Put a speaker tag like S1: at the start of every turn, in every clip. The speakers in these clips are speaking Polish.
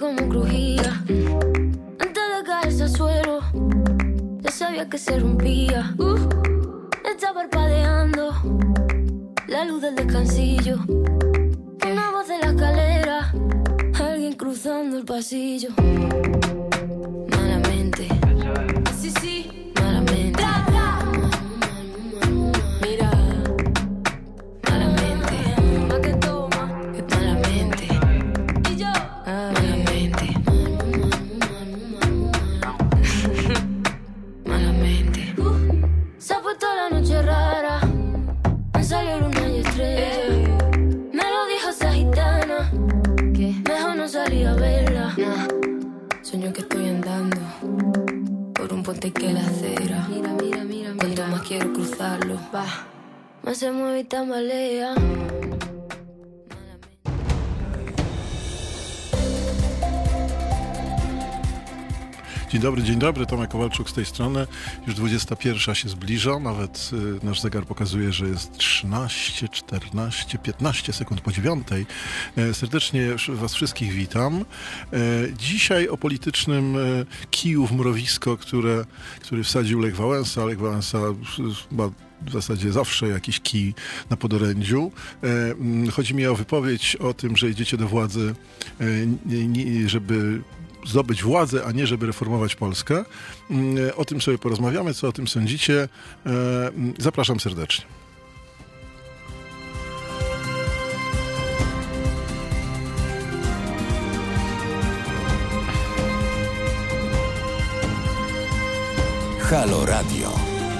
S1: cómo crujía. Antes de caerse al suelo, ya sabía que se rompía. Está parpadeando la luz del descansillo. Una voz de la escalera, alguien cruzando el pasillo. Malamente, sí, sí, malamente. Mira, malamente. ¿Pa' qué toma? Malamente. Y yo, malamente. Malamente. Se ha puesto la noche rara, me salió luna y estrella. Me lo dijo esa gitana, que mejor no salir a verla. Sueño que estoy andando por un puente que la acera. Mira, mira, mira, cuanto más quiero cruzarlo, más se mueve y tambalea.
S2: Dzień dobry, Tomek Kowalczuk z tej strony. Już 21 się zbliża, nawet nasz zegar pokazuje, że jest 13, 14, 15 sekund po 9. Serdecznie was wszystkich witam. Dzisiaj o politycznym kiju w mrowisko, który wsadził Lech Wałęsa. Lech Wałęsa ma w zasadzie zawsze jakiś kij na podorędziu. Chodzi mi o wypowiedź o tym, że idziecie do władzy, żeby zdobyć władzę, a nie żeby reformować Polskę. O tym sobie porozmawiamy, co o tym sądzicie. Zapraszam serdecznie.
S3: Halo Radio.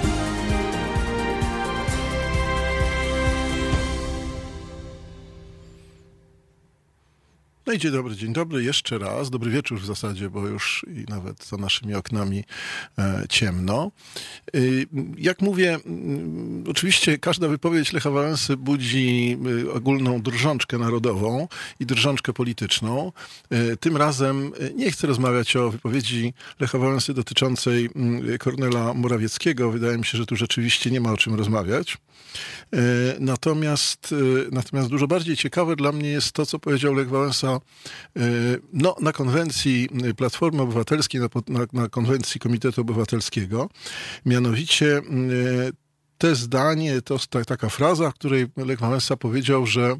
S2: No i dzień dobry, jeszcze raz. Dobry wieczór w zasadzie, bo już i nawet za naszymi oknami ciemno. Jak mówię, oczywiście każda wypowiedź Lecha Wałęsy budzi ogólną drżączkę narodową i drżączkę polityczną. Tym razem nie chcę rozmawiać o wypowiedzi Lecha Wałęsy dotyczącej Kornela Morawieckiego. Wydaje mi się, że tu rzeczywiście nie ma o czym rozmawiać. Natomiast dużo bardziej ciekawe dla mnie jest to, co powiedział Lech Wałęsa na konwencji Platformy Obywatelskiej, na konwencji Komitetu Obywatelskiego. Mianowicie te zdanie, to taka fraza, w której Lech Wałęsa powiedział, że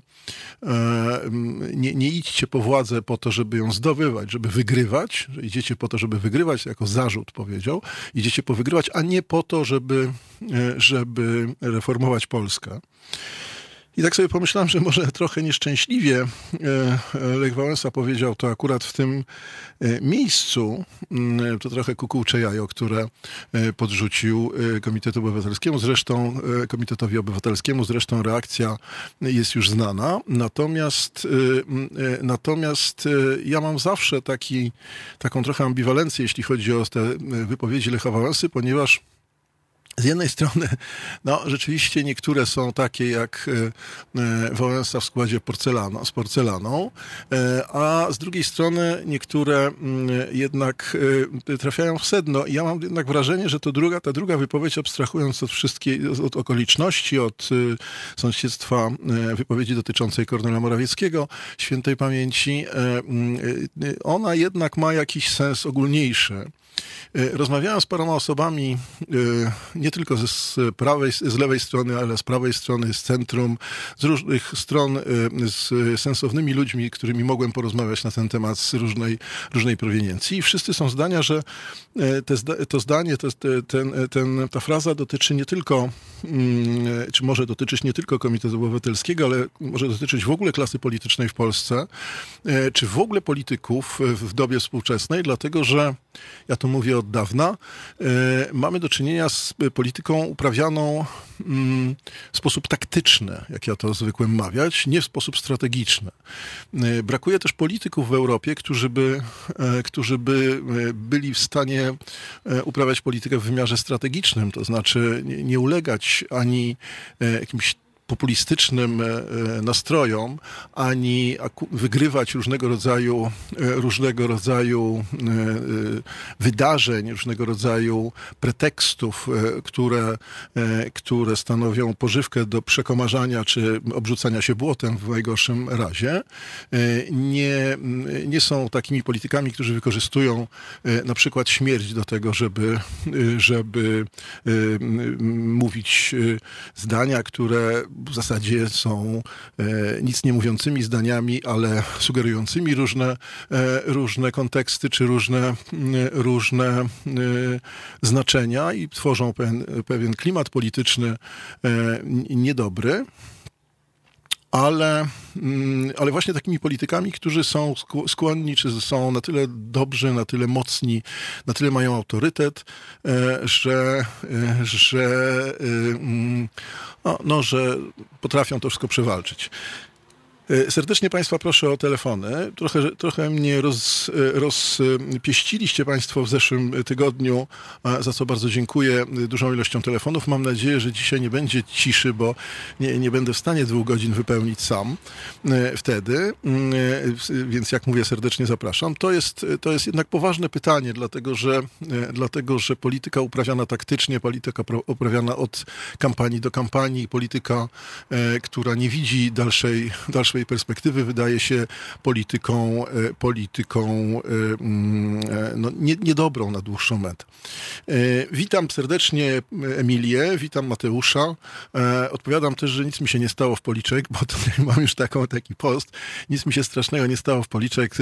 S2: nie idźcie po władzę po to, żeby ją zdobywać, żeby wygrywać, że idziecie po to, żeby wygrywać, jako zarzut powiedział, idziecie po wygrywać, a nie po to, żeby reformować Polskę. I tak sobie pomyślałem, że może trochę nieszczęśliwie Lech Wałęsa powiedział to akurat w tym miejscu. To trochę kukułcze jajo, które podrzucił Komitetowi Obywatelskiemu. Zresztą reakcja jest już znana. Natomiast ja mam zawsze taką trochę ambiwalencję, jeśli chodzi o te wypowiedzi Lecha Wałęsy, ponieważ z jednej strony, rzeczywiście niektóre są takie jak Wałęsa w składzie z porcelaną, a z drugiej strony niektóre jednak trafiają w sedno. I ja mam jednak wrażenie, że ta druga wypowiedź, abstrahując od okoliczności, od sąsiedztwa wypowiedzi dotyczącej Kornela Morawieckiego, świętej pamięci, ona jednak ma jakiś sens ogólniejszy. Rozmawiałem z paroma osobami, nie tylko z lewej strony, ale z prawej strony, z centrum, z różnych stron, z sensownymi ludźmi, którymi mogłem porozmawiać na ten temat z różnej proweniencji. I wszyscy są zdania, że ta fraza dotyczy nie tylko, czy może dotyczyć nie tylko Komitetu Obywatelskiego, ale może dotyczyć w ogóle klasy politycznej w Polsce, czy w ogóle polityków w dobie współczesnej, dlatego że, ja to mówię od dawna, mamy do czynienia z polityką uprawianą w sposób taktyczny, jak ja to zwykłem mawiać, nie w sposób strategiczny. Brakuje też polityków w Europie, którzy by byli w stanie uprawiać politykę w wymiarze strategicznym, to znaczy nie ulegać ani jakimś populistycznym nastrojom, ani wygrywać różnego rodzaju wydarzeń, różnego rodzaju pretekstów, które stanowią pożywkę do przekomarzania czy obrzucania się błotem w najgorszym razie, nie są takimi politykami, którzy wykorzystują na przykład śmierć do tego, żeby mówić zdania, które w zasadzie są nic nie mówiącymi zdaniami, ale sugerującymi różne konteksty czy różne znaczenia i tworzą pewien klimat polityczny niedobry. Ale właśnie takimi politykami, którzy są skłonni, czy są na tyle dobrzy, na tyle mocni, na tyle mają autorytet, że potrafią to wszystko przewalczyć. Serdecznie Państwa proszę o telefony. Trochę mnie rozpieściliście Państwo w zeszłym tygodniu, za co bardzo dziękuję, dużą ilością telefonów. Mam nadzieję, że dzisiaj nie będzie ciszy, bo nie będę w stanie 2 godzin wypełnić sam wtedy. Więc jak mówię, serdecznie zapraszam. To jest jednak poważne pytanie, dlatego że polityka uprawiana taktycznie, polityka uprawiana od kampanii do kampanii, polityka, która nie widzi dalszej perspektywy, wydaje się polityką niedobrą na dłuższą metę. Witam serdecznie Emilię, witam Mateusza. Odpowiadam też, że nic mi się nie stało w policzek, bo tutaj mam już taki post. Nic mi się strasznego nie stało w policzek.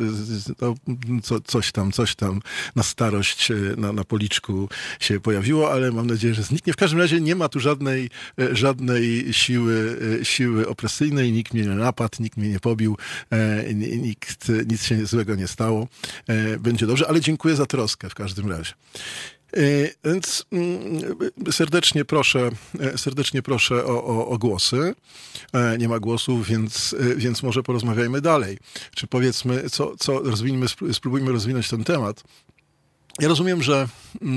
S2: Coś tam na starość na policzku się pojawiło, ale mam nadzieję, że zniknie. W każdym razie nie ma tu żadnej siły opresyjnej, nikt mnie nie napadł, nikt mnie nie pobił, nic się złego nie stało. Będzie dobrze, ale dziękuję za troskę w każdym razie. Więc serdecznie proszę o głosy. Nie ma głosów, więc może porozmawiajmy dalej. Czy powiedzmy, spróbujmy rozwinąć ten temat. Ja rozumiem, że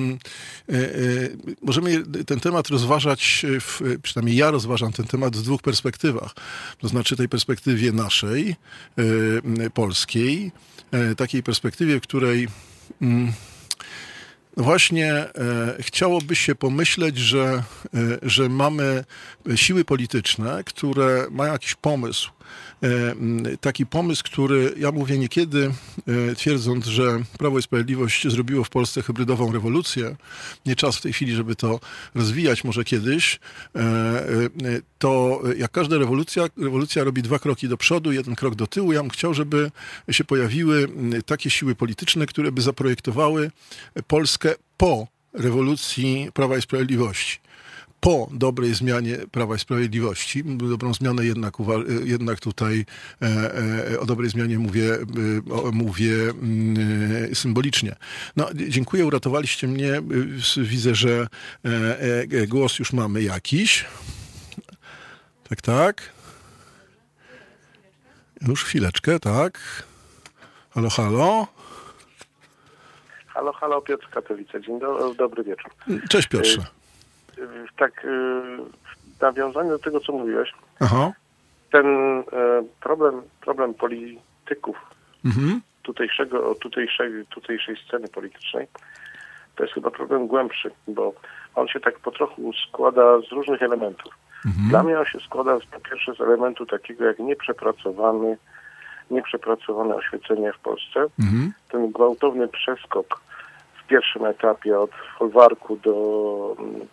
S2: możemy ten temat rozważać, przynajmniej ja rozważam ten temat w 2 perspektywach. To znaczy tej perspektywie naszej, polskiej, takiej perspektywie, w której właśnie chciałoby się pomyśleć, że mamy siły polityczne, które mają jakiś pomysł. Taki pomysł, który ja mówię niekiedy, twierdząc, że Prawo i Sprawiedliwość zrobiło w Polsce hybrydową rewolucję. Nie czas w tej chwili, żeby to rozwijać, może kiedyś. To jak każda rewolucja robi 2 kroki do przodu, 1 krok do tyłu. Ja bym chciał, żeby się pojawiły takie siły polityczne, które by zaprojektowały Polskę po rewolucji Prawa i Sprawiedliwości. Po dobrej zmianie Prawa i Sprawiedliwości, dobrą zmianę jednak tutaj o dobrej zmianie mówię symbolicznie. No, dziękuję, uratowaliście mnie. Widzę, że głos już mamy jakiś. Tak. Już chwileczkę, tak. Halo.
S4: Halo, Piotr Katowice. Dobry wieczór.
S2: Cześć Piotrze.
S4: Tak, w nawiązaniu do tego, co mówiłeś,
S2: ten
S4: problem polityków tutejszej sceny politycznej, to jest chyba problem głębszy, bo on się tak po trochu składa z różnych elementów. Dla mnie on się składa po pierwsze z elementu takiego jak nieprzepracowane oświecenie w Polsce. Ten gwałtowny przeskok w pierwszym etapie od folwarku do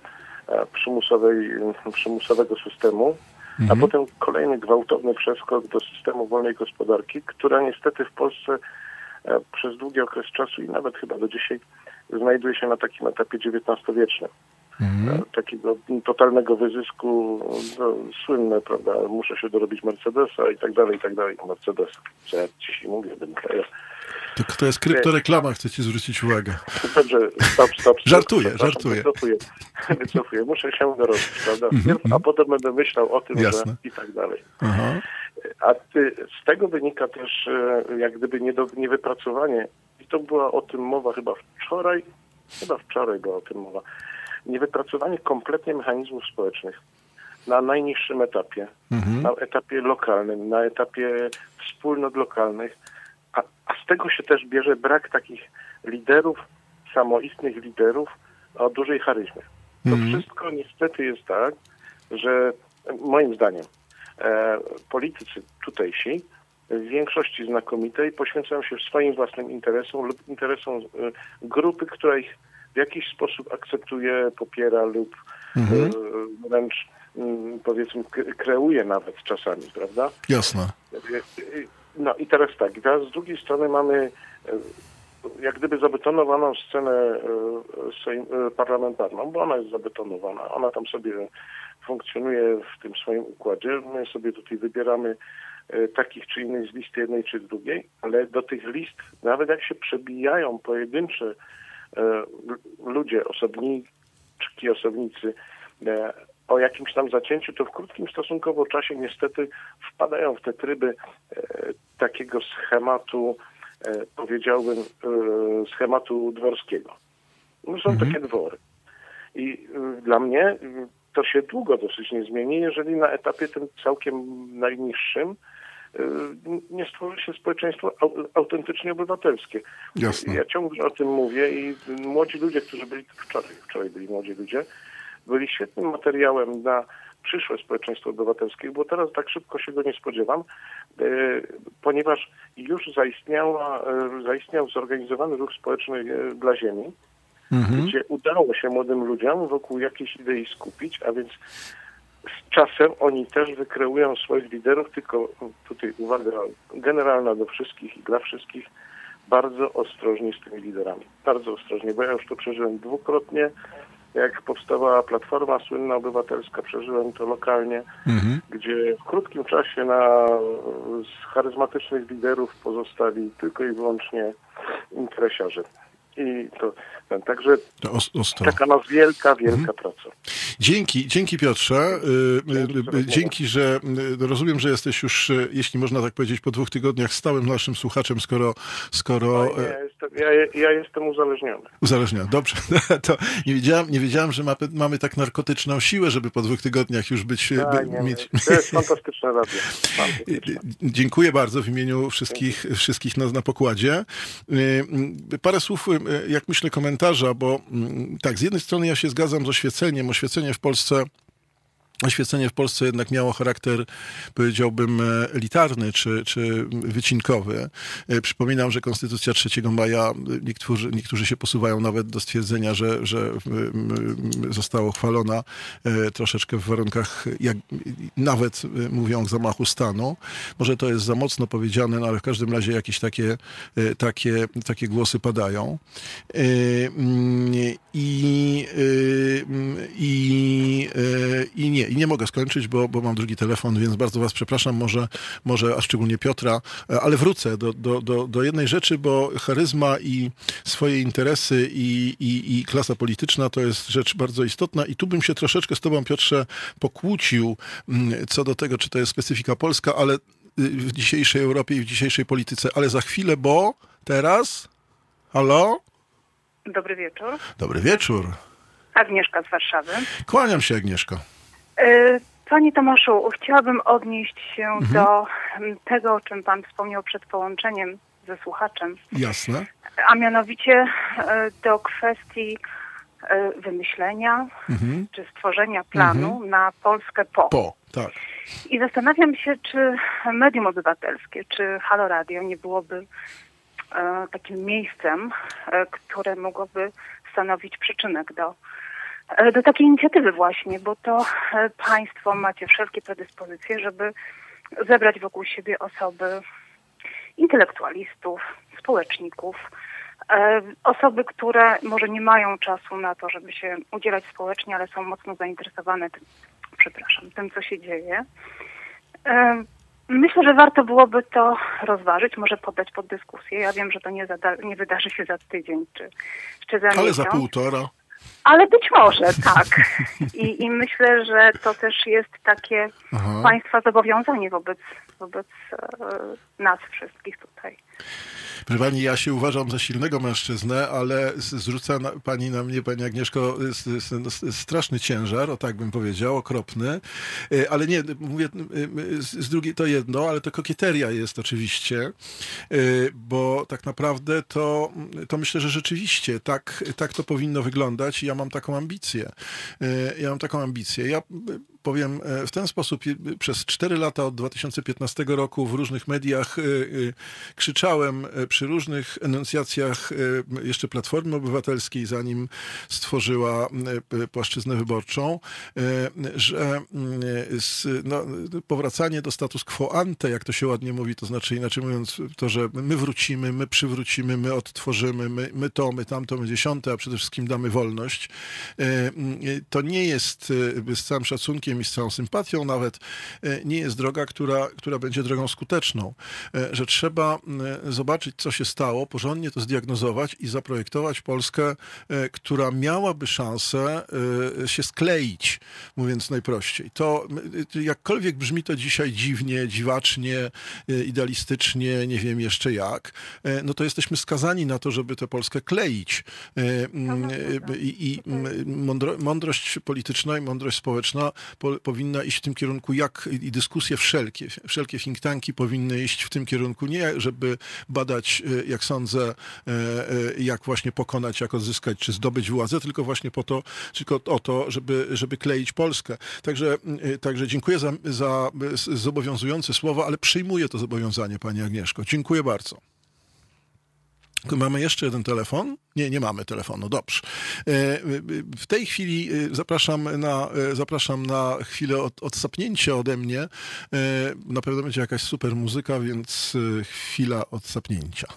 S4: przymusowego systemu, a potem kolejny gwałtowny przeskok do systemu wolnej gospodarki, która niestety w Polsce przez długi okres czasu i nawet chyba do dzisiaj znajduje się na takim etapie XIX-wiecznym. Takiego totalnego wyzysku, słynne, prawda, muszę się dorobić Mercedesa i tak dalej, Mercedes, co ja dzisiaj mówię, Bentleya.
S2: To jest kryptoreklama, chcę ci zwrócić uwagę.
S4: Dobrze, stop.
S2: Żartuję.
S4: Wycofuję. Muszę się dorobić, prawda? A potem będę myślał o tym,
S2: jasne,
S4: że i tak dalej. A z tego wynika też jak gdyby niewypracowanie, i to była o tym mowa chyba wczoraj była o tym mowa, niewypracowanie kompletnie mechanizmów społecznych. na najniższym etapie, na etapie lokalnym, na etapie wspólnot lokalnych, a z tego się też bierze brak takich liderów, samoistnych liderów o dużej charyzmie. To wszystko niestety jest tak, że moim zdaniem politycy tutejsi w większości znakomitej poświęcają się swoim własnym interesom lub interesom grupy, która ich w jakiś sposób akceptuje, popiera lub wręcz powiedzmy kreuje nawet czasami, prawda?
S2: Jasne.
S4: No i teraz tak, z drugiej strony mamy jak gdyby zabetonowaną scenę parlamentarną, bo ona jest zabetonowana, ona tam sobie funkcjonuje w tym swoim układzie. My sobie tutaj wybieramy takich czy innych z listy jednej czy drugiej, ale do tych list, nawet jak się przebijają pojedyncze ludzie, osobnicy o jakimś tam zacięciu, to w krótkim stosunkowo czasie niestety wpadają w te tryby takiego schematu, powiedziałbym, schematu dworskiego. No są takie dwory. I dla mnie to się długo dosyć nie zmieni, jeżeli na etapie tym całkiem najniższym nie stworzy się społeczeństwo autentycznie obywatelskie.
S2: Jasne.
S4: Ja ciągle o tym mówię i młodzi ludzie, którzy byli wczoraj byli młodzi ludzie, byli świetnym materiałem na przyszłe społeczeństwo obywatelskie, bo teraz tak szybko się go nie spodziewam, ponieważ już zaistniał zorganizowany ruch społeczny dla ziemi, gdzie udało się młodym ludziom wokół jakiejś idei skupić, a więc z czasem oni też wykreują swoich liderów, tylko tutaj uwaga generalna do wszystkich i dla wszystkich, bardzo ostrożnie z tymi liderami. Bardzo ostrożnie, bo ja już to przeżyłem dwukrotnie. Jak powstawała Platforma słynna obywatelska, przeżyłem to lokalnie, gdzie w krótkim czasie z charyzmatycznych liderów pozostali tylko i wyłącznie interesiarze. I także taka wielka praca.
S2: Dzięki Piotrze. Dzięki, że rozumiem, że jesteś już, jeśli można tak powiedzieć, po 2 tygodniach stałym naszym słuchaczem, skoro...
S4: Ja jestem uzależniony.
S2: Uzależniony, dobrze. To nie wiedziałem, że mamy tak narkotyczną siłę, żeby po 2 tygodniach już być...
S4: To jest fantastyczne radio.
S2: Dziękuję bardzo w imieniu wszystkich nas na pokładzie. Parę słów, jak myślę, komentarza, bo tak, z jednej strony ja się zgadzam z oświeceniem. Oświecenie w Polsce jednak miało charakter, powiedziałbym, elitarny czy wycinkowy. Przypominam, że Konstytucja 3 maja, niektórzy się posuwają nawet do stwierdzenia, że została uchwalona troszeczkę w warunkach, jak nawet mówią, zamachu stanu. Może to jest za mocno powiedziane, no ale w każdym razie jakieś takie głosy padają. I nie mogę skończyć, bo mam drugi telefon, więc bardzo was przepraszam, może a szczególnie Piotra, ale wrócę do jednej rzeczy, bo charyzma i swoje interesy i klasa polityczna to jest rzecz bardzo istotna i tu bym się troszeczkę z tobą, Piotrze, pokłócił co do tego, czy to jest specyfika polska, ale w dzisiejszej Europie i w dzisiejszej polityce, ale za chwilę, bo teraz... Halo?
S5: Dobry wieczór.
S2: Dobry wieczór.
S5: Agnieszka z Warszawy.
S2: Kłaniam się, Agnieszko.
S5: Panie Tomaszu, chciałabym odnieść się do tego, o czym pan wspomniał przed połączeniem ze słuchaczem.
S2: Jasne.
S5: A mianowicie do kwestii wymyślenia czy stworzenia planu na Polskę po.
S2: Tak.
S5: I zastanawiam się, czy medium obywatelskie, czy Halo Radio nie byłoby takim miejscem, które mogłoby stanowić przyczynek do takiej inicjatywy właśnie, bo to państwo macie wszelkie predyspozycje, żeby zebrać wokół siebie osoby intelektualistów, społeczników, osoby, które może nie mają czasu na to, żeby się udzielać społecznie, ale są mocno zainteresowane tym, co się dzieje. Myślę, że warto byłoby to rozważyć, może poddać pod dyskusję. Ja wiem, że to nie wydarzy się za tydzień czy za miesiąc.
S2: Ale za 1,5.
S5: Ale być może, tak. I myślę, że to też jest takie państwa zobowiązanie wobec nas wszystkich tutaj.
S2: Proszę pani, ja się uważam za silnego mężczyznę, ale zrzuca pani na mnie, pani Agnieszko, straszny ciężar, o tak bym powiedział, okropny. Ale nie, mówię, z drugiej to jedno, ale to kokieteria jest oczywiście, bo tak naprawdę to myślę, że rzeczywiście tak to powinno wyglądać i ja mam taką ambicję. Ja powiem w ten sposób, przez 4 lata od 2015 roku w różnych mediach krzyczałem przy różnych enuncjacjach jeszcze Platformy Obywatelskiej, zanim stworzyła płaszczyznę wyborczą, że powracanie do status quo ante, jak to się ładnie mówi, to znaczy inaczej mówiąc to, że my wrócimy, my przywrócimy, my odtworzymy, my to, my tamto, my dziesiąte, a przede wszystkim damy wolność. To nie jest, z całym szacunkiem i z całą sympatią nawet, nie jest droga, która będzie drogą skuteczną. Że trzeba zobaczyć, co się stało, porządnie to zdiagnozować i zaprojektować Polskę, która miałaby szansę się skleić, mówiąc najprościej. To jakkolwiek brzmi to dzisiaj dziwnie, dziwacznie, idealistycznie, nie wiem jeszcze jak, no to jesteśmy skazani na to, żeby tę Polskę kleić. I mądrość polityczna i mądrość społeczna powinna iść w tym kierunku, i dyskusje wszelkie think tanki powinny iść w tym kierunku, nie żeby badać, jak sądzę, jak właśnie pokonać, jak odzyskać, czy zdobyć władzę, tylko właśnie tylko o to, żeby kleić Polskę. Także dziękuję za zobowiązujące słowa, ale przyjmuję to zobowiązanie, pani Agnieszko. Dziękuję bardzo. Mamy jeszcze jeden telefon? Nie mamy telefonu, dobrze. W tej chwili zapraszam na chwilę odsapnięcia ode mnie. Na pewno będzie jakaś super muzyka, więc chwila odsapnięcia.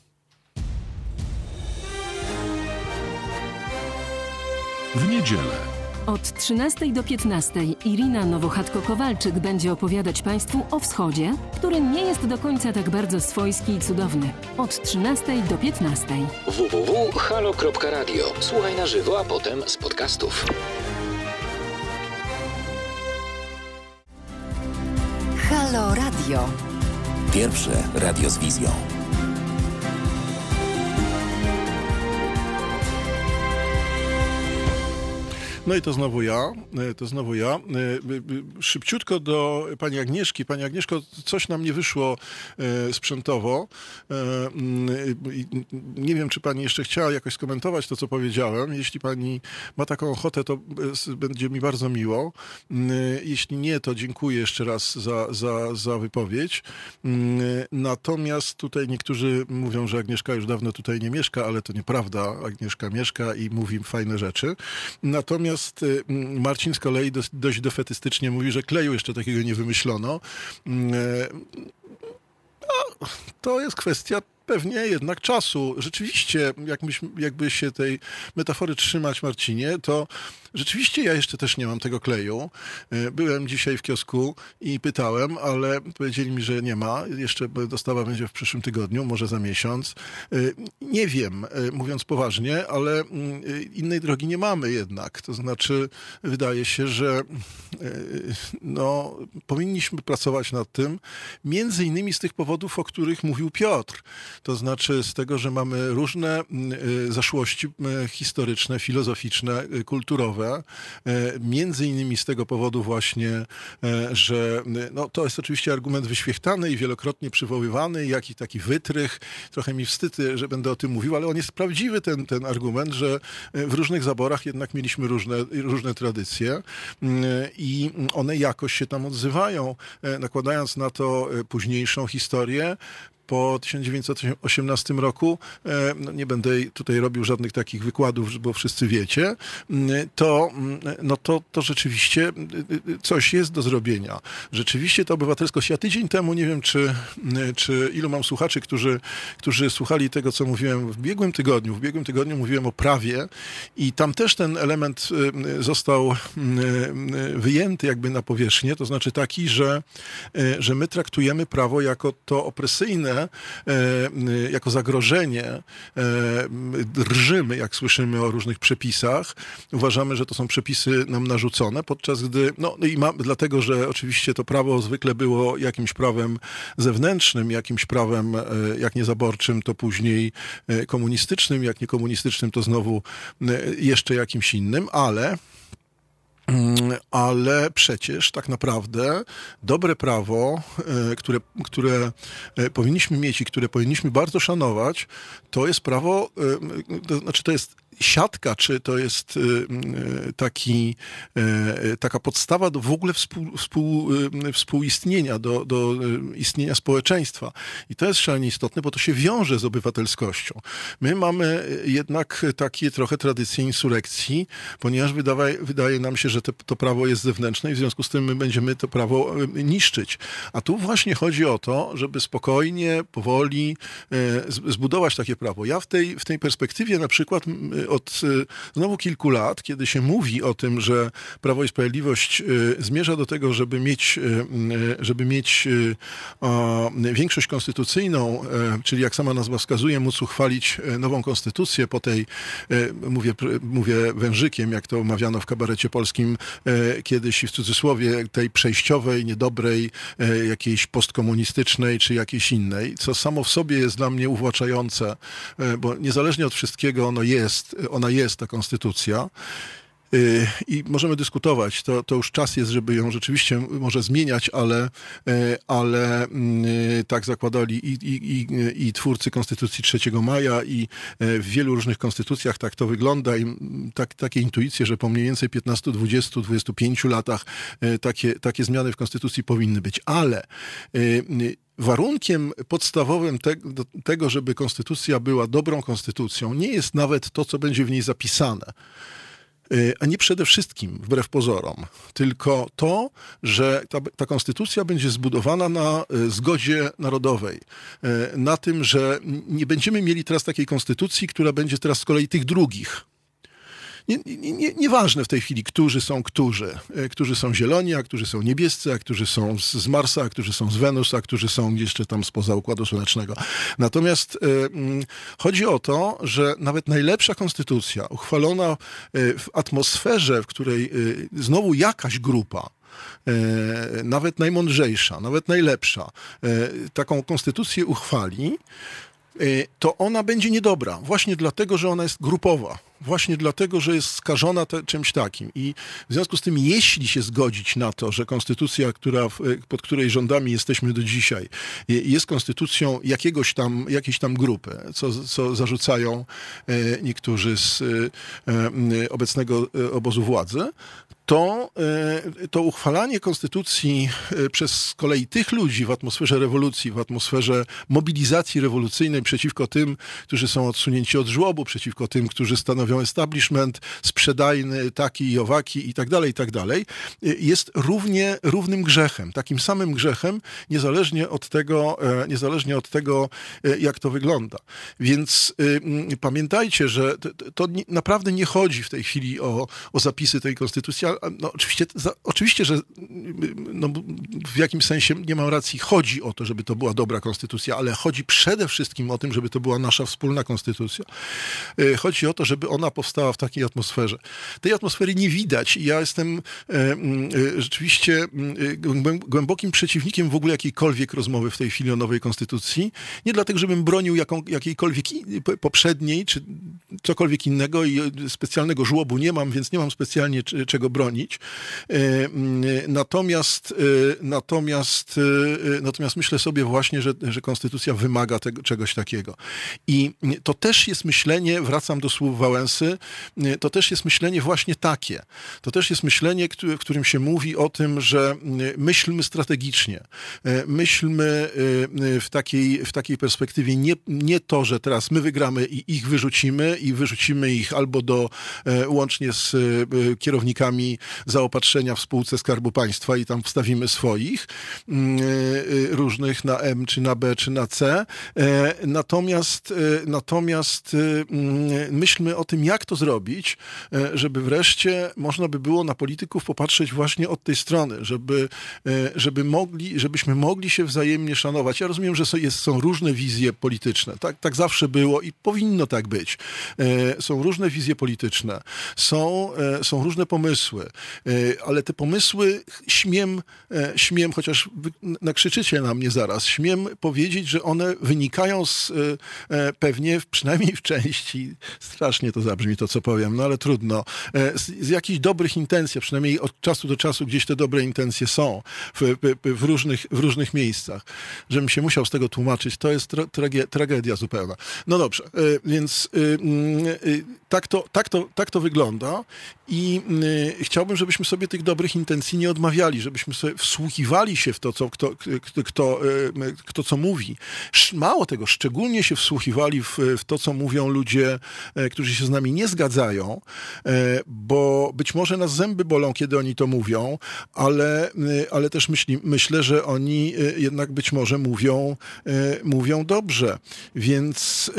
S6: W niedzielę.
S7: Od 13 do 15 Irina Nowochatko-Kowalczyk będzie opowiadać Państwu o wschodzie, który nie jest do końca tak bardzo swojski i cudowny. Od 13 do 15.
S3: www.halo.radio. Słuchaj na żywo, a potem z podcastów.
S8: Halo Radio.
S3: Pierwsze radio z wizją.
S2: No i to znowu ja. Szybciutko do pani Agnieszki. Pani Agnieszko, coś nam nie wyszło sprzętowo. Nie wiem, czy pani jeszcze chciała jakoś skomentować to, co powiedziałem. Jeśli pani ma taką ochotę, to będzie mi bardzo miło. Jeśli nie, to dziękuję jeszcze raz za wypowiedź. Natomiast tutaj niektórzy mówią, że Agnieszka już dawno tutaj nie mieszka, ale to nieprawda. Agnieszka mieszka i mówi fajne rzeczy. Natomiast Marcin z kolei dość defetystycznie mówi, że kleju jeszcze takiego nie wymyślono. To jest kwestia pewnie jednak czasu. Rzeczywiście, jakby się tej metafory trzymać, Marcinie, to rzeczywiście ja jeszcze też nie mam tego kleju. Byłem dzisiaj w kiosku i pytałem, ale powiedzieli mi, że nie ma. Jeszcze dostawa będzie w przyszłym tygodniu, może za miesiąc. Nie wiem, mówiąc poważnie, ale innej drogi nie mamy jednak. To znaczy, wydaje się, że powinniśmy pracować nad tym, między innymi z tych powodów, o których mówił Piotr. To znaczy z tego, że mamy różne zaszłości historyczne, filozoficzne, kulturowe. Między innymi z tego powodu właśnie, że to jest oczywiście argument wyświechtany i wielokrotnie przywoływany, jak i taki wytrych. Trochę mi wstyd, że będę o tym mówił, ale on jest prawdziwy, ten argument, że w różnych zaborach jednak mieliśmy różne tradycje i one jakoś się tam odzywają, nakładając na to późniejszą historię. Po 1918 roku, nie będę tutaj robił żadnych takich wykładów, bo wszyscy wiecie, to rzeczywiście coś jest do zrobienia. Rzeczywiście ta obywatelskość. Ja tydzień temu, nie wiem, czy ilu mam słuchaczy, którzy słuchali tego, co mówiłem w ubiegłym tygodniu mówiłem o prawie i tam też ten element został wyjęty jakby na powierzchnię, to znaczy taki, że my traktujemy prawo jako to opresyjne zagrożenie, drżymy, jak słyszymy o różnych przepisach. Uważamy, że to są przepisy nam narzucone, podczas gdy, dlatego, że oczywiście to prawo zwykle było jakimś prawem zewnętrznym, jakimś prawem, jak nie zaborczym, to później komunistycznym, jak nie komunistycznym, to znowu jeszcze jakimś innym, ale przecież tak naprawdę dobre prawo, które powinniśmy mieć i które powinniśmy bardzo szanować, to jest prawo, to znaczy to jest siatka, czy to jest taka podstawa do w ogóle współistnienia, do istnienia społeczeństwa. I to jest szalenie istotne, bo to się wiąże z obywatelskością. My mamy jednak takie trochę tradycje insurekcji, ponieważ wydaje nam się, że to prawo jest zewnętrzne i w związku z tym my będziemy to prawo niszczyć. A tu właśnie chodzi o to, żeby spokojnie, powoli zbudować takie prawo. Ja w tej perspektywie na przykład od znowu kilku lat, kiedy się mówi o tym, że Prawo i Sprawiedliwość zmierza do tego, żeby mieć większość konstytucyjną, czyli jak sama nazwa wskazuje, móc uchwalić nową konstytucję po tej, mówię wężykiem, jak to mawiano w kabarecie polskim kiedyś, w cudzysłowie, tej przejściowej, niedobrej, jakiejś postkomunistycznej, czy jakiejś innej, co samo w sobie jest dla mnie uwłaczające, bo niezależnie od wszystkiego ona jest ta konstytucja. I możemy dyskutować, to już czas jest, żeby ją rzeczywiście może zmieniać, ale tak zakładali i twórcy Konstytucji 3 maja i w wielu różnych konstytucjach tak to wygląda i takie intuicje, że po mniej więcej 15, 20, 25 latach takie zmiany w Konstytucji powinny być, ale warunkiem podstawowym tego, żeby konstytucja była dobrą konstytucją, nie jest nawet to, co będzie w niej zapisane. A nie przede wszystkim, wbrew pozorom, tylko to, że ta konstytucja będzie zbudowana na zgodzie narodowej, na tym, że nie będziemy mieli teraz takiej konstytucji, która będzie teraz z kolei tych drugich. Nieważne w tej chwili, którzy są zieloni, a którzy są niebiescy, a którzy są z Marsa, a którzy są z Wenus, a którzy są jeszcze tam spoza Układu Słonecznego. Natomiast chodzi o to, że nawet najlepsza konstytucja, uchwalona w atmosferze, w której znowu jakaś grupa, nawet najmądrzejsza, nawet najlepsza, taką konstytucję uchwali, to ona będzie niedobra. Właśnie dlatego, że ona jest grupowa. Właśnie dlatego, że jest skażona czymś takim. I w związku z tym, jeśli się zgodzić na to, że konstytucja, pod której rządami jesteśmy do dzisiaj, jest konstytucją jakiejś tam grupy, co zarzucają niektórzy z obecnego obozu władzy, to uchwalanie konstytucji przez z kolei tych ludzi w atmosferze rewolucji, w atmosferze mobilizacji rewolucyjnej przeciwko tym, którzy są odsunięci od żłobu, przeciwko tym, którzy stanowią establishment sprzedajny, taki i owaki i tak dalej, jest równym grzechem, takim samym grzechem, niezależnie od tego, jak to wygląda. Więc pamiętajcie, że to naprawdę nie chodzi w tej chwili o zapisy tej konstytucji. No, oczywiście, że w jakimś sensie nie mam racji, chodzi o to, żeby to była dobra konstytucja, ale chodzi przede wszystkim o tym, żeby to była nasza wspólna konstytucja. Chodzi o to, żeby ona powstała w takiej atmosferze. Tej atmosfery nie widać i ja jestem rzeczywiście głębokim przeciwnikiem w ogóle jakiejkolwiek rozmowy w tej chwili o nowej konstytucji. Nie dlatego, żebym bronił jakiejkolwiek poprzedniej, czy cokolwiek innego i specjalnego żłobu nie mam, więc nie mam specjalnie czego bronić. Natomiast myślę sobie właśnie, że konstytucja wymaga czegoś takiego. I to też jest myślenie, wracam do słów Wałęsy, to też jest myślenie właśnie takie. To też jest myślenie, w którym się mówi o tym, że myślmy strategicznie. Myślmy w takiej perspektywie nie to, że teraz my wygramy i ich wyrzucimy ich albo łącznie z kierownikami zrobili zaopatrzenia w spółce Skarbu Państwa i tam wstawimy swoich, różnych na M, czy na B, czy na C. Natomiast myślmy o tym, jak to zrobić, żeby wreszcie można by było na polityków popatrzeć właśnie od tej strony, żebyśmy mogli się wzajemnie szanować. Ja rozumiem, że są różne wizje polityczne. Tak zawsze było i powinno tak być. Są różne wizje polityczne, są różne pomysły, ale te pomysły śmiem, chociaż nakrzyczycie na mnie zaraz, śmiem powiedzieć, że one wynikają pewnie, przynajmniej w części, strasznie to zabrzmi to, co powiem, no ale trudno, z jakichś dobrych intencji, przynajmniej od czasu do czasu gdzieś te dobre intencje są w różnych miejscach. Żebym się musiał z tego tłumaczyć, to jest tragedia zupełna. No dobrze, więc tak to wygląda i chciałbym, żebyśmy sobie tych dobrych intencji nie odmawiali, żebyśmy sobie wsłuchiwali się w to, kto co mówi. Mało tego, szczególnie się wsłuchiwali w to, co mówią ludzie, którzy się z nami nie zgadzają, bo być może nas zęby bolą, kiedy oni to mówią, ale też myślę, że oni jednak być może mówią dobrze. Więc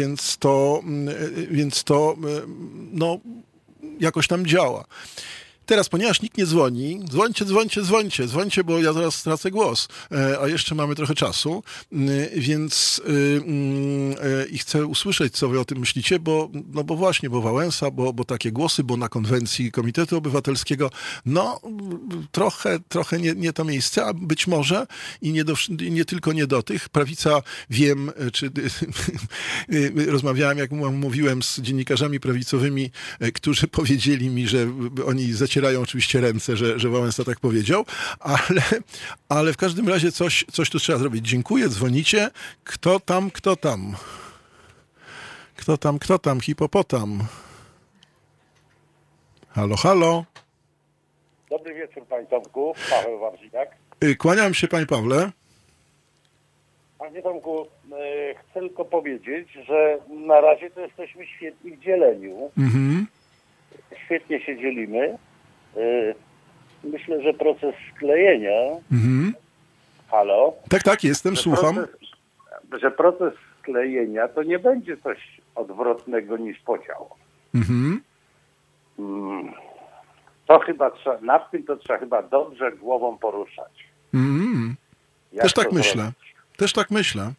S2: to no, jakoś tam działa. Teraz, ponieważ nikt nie dzwoni, dzwońcie, bo ja zaraz stracę głos, a jeszcze mamy trochę czasu, więc i chcę usłyszeć, co wy o tym myślicie, bo Wałęsa, bo takie głosy, bo na konwencji Komitetu Obywatelskiego, no trochę nie to miejsce, a być może i nie tylko nie do tych. Prawica, wiem, czy rozmawiałem, jak mówiłem z dziennikarzami prawicowymi, którzy powiedzieli mi, że oni zacierają oczywiście ręce, że Wałęsa tak powiedział, ale w każdym razie coś tu trzeba zrobić. Dziękuję, dzwonicie. Kto tam? Hipopotam. Halo.
S9: Dobry wieczór, panie Tomku. Paweł Warzyniak.
S2: Kłaniam się, panie Pawle.
S9: Panie Tomku, chcę tylko powiedzieć, że na razie to jesteśmy świetni w dzieleniu.
S2: Mhm.
S9: Świetnie się dzielimy. Myślę, że proces sklejenia...
S2: Mhm.
S9: Halo?
S2: Tak, jestem, słucham.
S9: Że proces sklejenia to nie będzie coś odwrotnego niż podział.
S2: Mhm.
S9: To chyba nad tym to trzeba chyba dobrze głową poruszać.
S2: Mhm. Też tak myślę.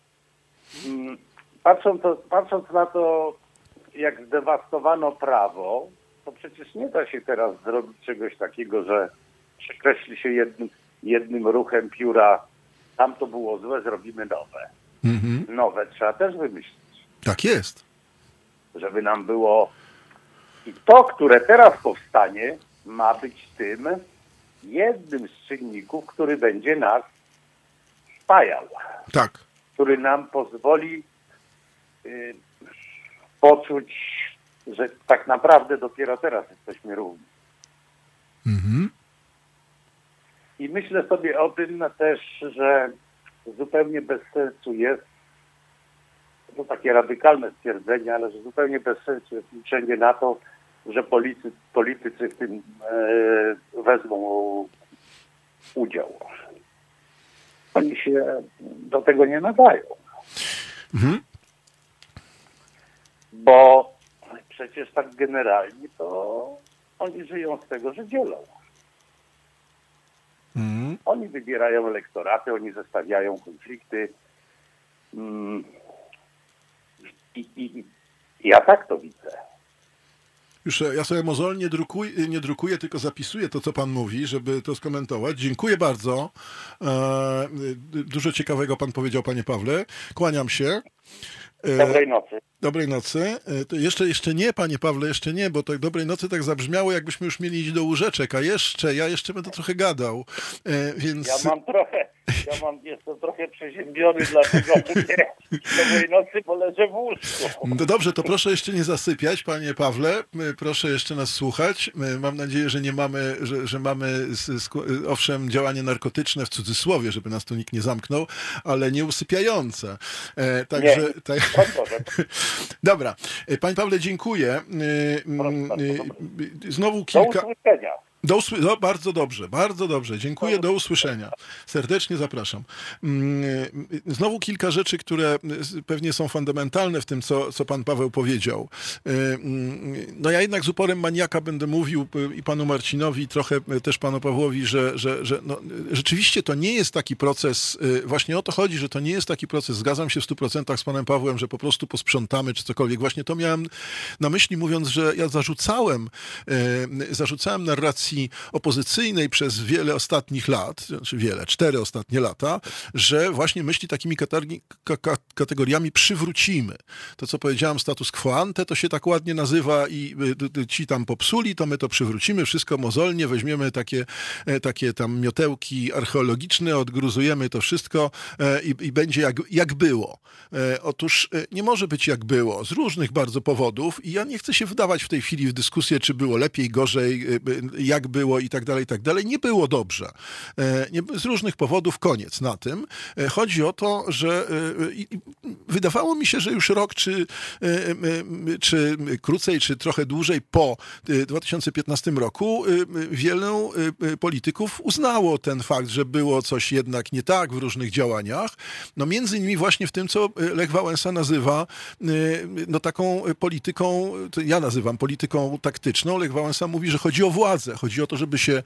S9: Patrząc na to, jak zdewastowano prawo, to przecież nie da się teraz zrobić czegoś takiego, że przekreśli się jednym ruchem pióra, tam to było złe, zrobimy nowe.
S2: Mhm.
S9: Nowe trzeba też wymyślić.
S2: Tak jest.
S9: Żeby nam było... I to, które teraz powstanie, ma być tym jednym z czynników, który będzie nas spajał.
S2: Tak.
S9: Który nam pozwoli poczuć, że tak naprawdę dopiero teraz jesteśmy równi.
S2: Mhm.
S9: I myślę sobie o tym też, że zupełnie bez sensu jest, to takie radykalne stwierdzenie, ale że zupełnie bez sensu jest liczenie na to, że politycy w tym wezmą udział. Oni się do tego nie nadają.
S2: Mhm.
S9: Bo przecież tak generalnie to oni żyją z tego, że dzielą.
S2: Mhm.
S9: Oni wybierają elektoraty, oni zestawiają konflikty. I ja tak to widzę.
S2: Już ja sobie mozolnie nie drukuję, tylko zapisuję to, co pan mówi, żeby to skomentować. Dziękuję bardzo. Dużo ciekawego pan powiedział, panie Pawle. Kłaniam się.
S9: Dobrej nocy.
S2: Dobrej nocy. To jeszcze nie, panie Pawle, jeszcze nie, bo tak dobrej nocy tak zabrzmiało, jakbyśmy już mieli iść do łóżeczek, a ja jeszcze będę trochę gadał. Więc...
S9: Jestem trochę przeziębiony, dlatego dobrej nocy, bo leżę w łóżku.
S2: No dobrze, to proszę jeszcze nie zasypiać, panie Pawle. Proszę jeszcze nas słuchać. Mam nadzieję, że nie mamy, że mamy owszem działanie narkotyczne w cudzysłowie, żeby nas tu nikt nie zamknął, ale nie usypiające. Także... Dobra. Panie Pawle, dziękuję. Znowu kilka... Bardzo dobrze. Dziękuję, do usłyszenia. Serdecznie zapraszam. Znowu kilka rzeczy, które pewnie są fundamentalne w tym, co pan Paweł powiedział. No ja jednak z uporem maniaka będę mówił i panu Marcinowi, i trochę też panu Pawłowi, że rzeczywiście to nie jest taki proces, właśnie o to chodzi, że to nie jest taki proces, zgadzam się w 100% z panem Pawłem, że po prostu posprzątamy czy cokolwiek. Właśnie to miałem na myśli, mówiąc, że ja zarzucałem narracji opozycyjnej przez wiele ostatnich lat, znaczy 4 ostatnie lata, że właśnie myśli takimi kategoriami przywrócimy. To, co powiedziałem, status quo ante, to się tak ładnie nazywa i ci tam popsuli, to my to przywrócimy, wszystko mozolnie, weźmiemy takie tam miotełki archeologiczne, odgruzujemy to wszystko i będzie jak było. Otóż nie może być jak było, z różnych bardzo powodów i ja nie chcę się wdawać w tej chwili w dyskusję, czy było lepiej, gorzej, jak było i tak dalej. Nie było dobrze. Z różnych powodów, koniec na tym. Chodzi o to, że wydawało mi się, że już rok, czy krócej, czy trochę dłużej po 2015 roku wielu polityków uznało ten fakt, że było coś jednak nie tak w różnych działaniach. No między innymi właśnie w tym, co Lech Wałęsa nazywa taką polityką, ja nazywam polityką taktyczną. Lech Wałęsa mówi, że chodzi o władzę. Chodzi o to,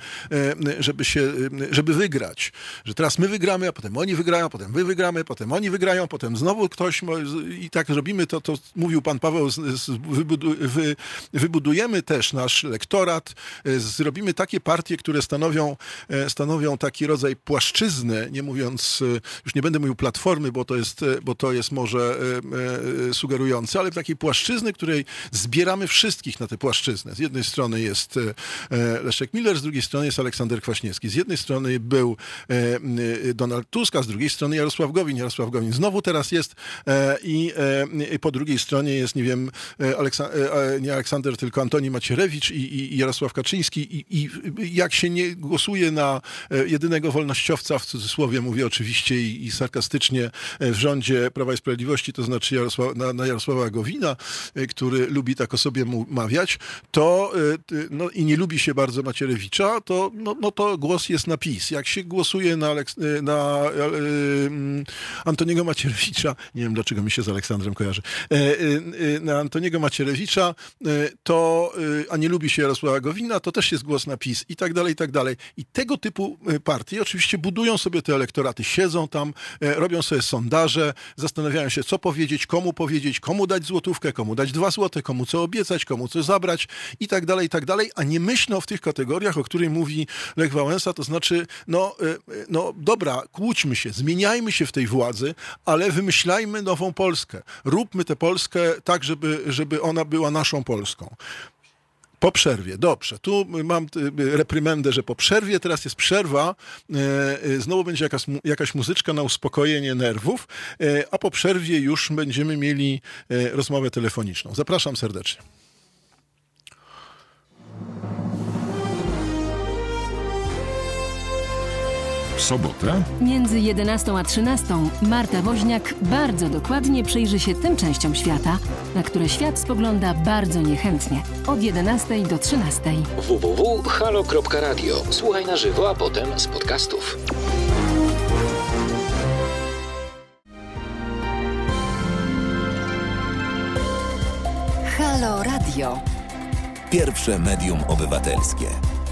S2: żeby wygrać. Że teraz my wygramy, a potem oni wygrają, potem wy wygramy, potem oni wygrają, potem znowu ktoś i tak robimy to mówił pan Paweł, wybudujemy też nasz lektorat, zrobimy takie partie, które stanowią taki rodzaj płaszczyzny, nie mówiąc, już nie będę mówił platformy, bo to jest może sugerujące, ale takiej płaszczyzny, której zbieramy wszystkich na tę płaszczyznę. Z jednej strony jest Leszek Miller, z drugiej strony jest Aleksander Kwaśniewski. Z jednej strony był Donald Tusk, a z drugiej strony Jarosław Gowin. Jarosław Gowin znowu teraz jest i po drugiej stronie jest, nie wiem, nie Aleksander, tylko Antoni Macierewicz i Jarosław Kaczyński. I jak się nie głosuje na jedynego wolnościowca, w cudzysłowie mówię oczywiście i sarkastycznie, w rządzie Prawa i Sprawiedliwości, to znaczy na Jarosława Gowina, który lubi tak o sobie mawiać, to i nie lubi się bardzo Macierewicza, to głos jest na PiS. Jak się głosuje na Antoniego Macierewicza, nie wiem dlaczego mi się z Aleksandrem kojarzy, na Antoniego Macierewicza, a nie lubi się Jarosława Gowina, to też jest głos na PiS i tak dalej, i tak dalej. I tego typu partie oczywiście budują sobie te elektoraty, siedzą tam, robią sobie sondaże, zastanawiają się, co powiedzieć, komu dać złotówkę, komu dać 2 złote, komu co obiecać, komu co zabrać i tak dalej, a nie myślą w tych kategoriach, o której mówi Lech Wałęsa, to znaczy, dobra, kłóćmy się, zmieniajmy się w tej władzy, ale wymyślajmy nową Polskę. Róbmy tę Polskę tak, żeby ona była naszą Polską. Po przerwie, dobrze. Tu mam reprymendę, że po przerwie, teraz jest przerwa, znowu będzie jakaś muzyczka na uspokojenie nerwów, a po przerwie już będziemy mieli rozmowę telefoniczną. Zapraszam serdecznie.
S6: W sobotę?
S7: Między 11 a 13 Marta Woźniak bardzo dokładnie przyjrzy się tym częściom świata, na które świat spogląda bardzo niechętnie. Od 11 do 13.
S3: www.halo.radio. Słuchaj na żywo, a potem z podcastów.
S8: Halo Radio.
S3: Pierwsze medium obywatelskie.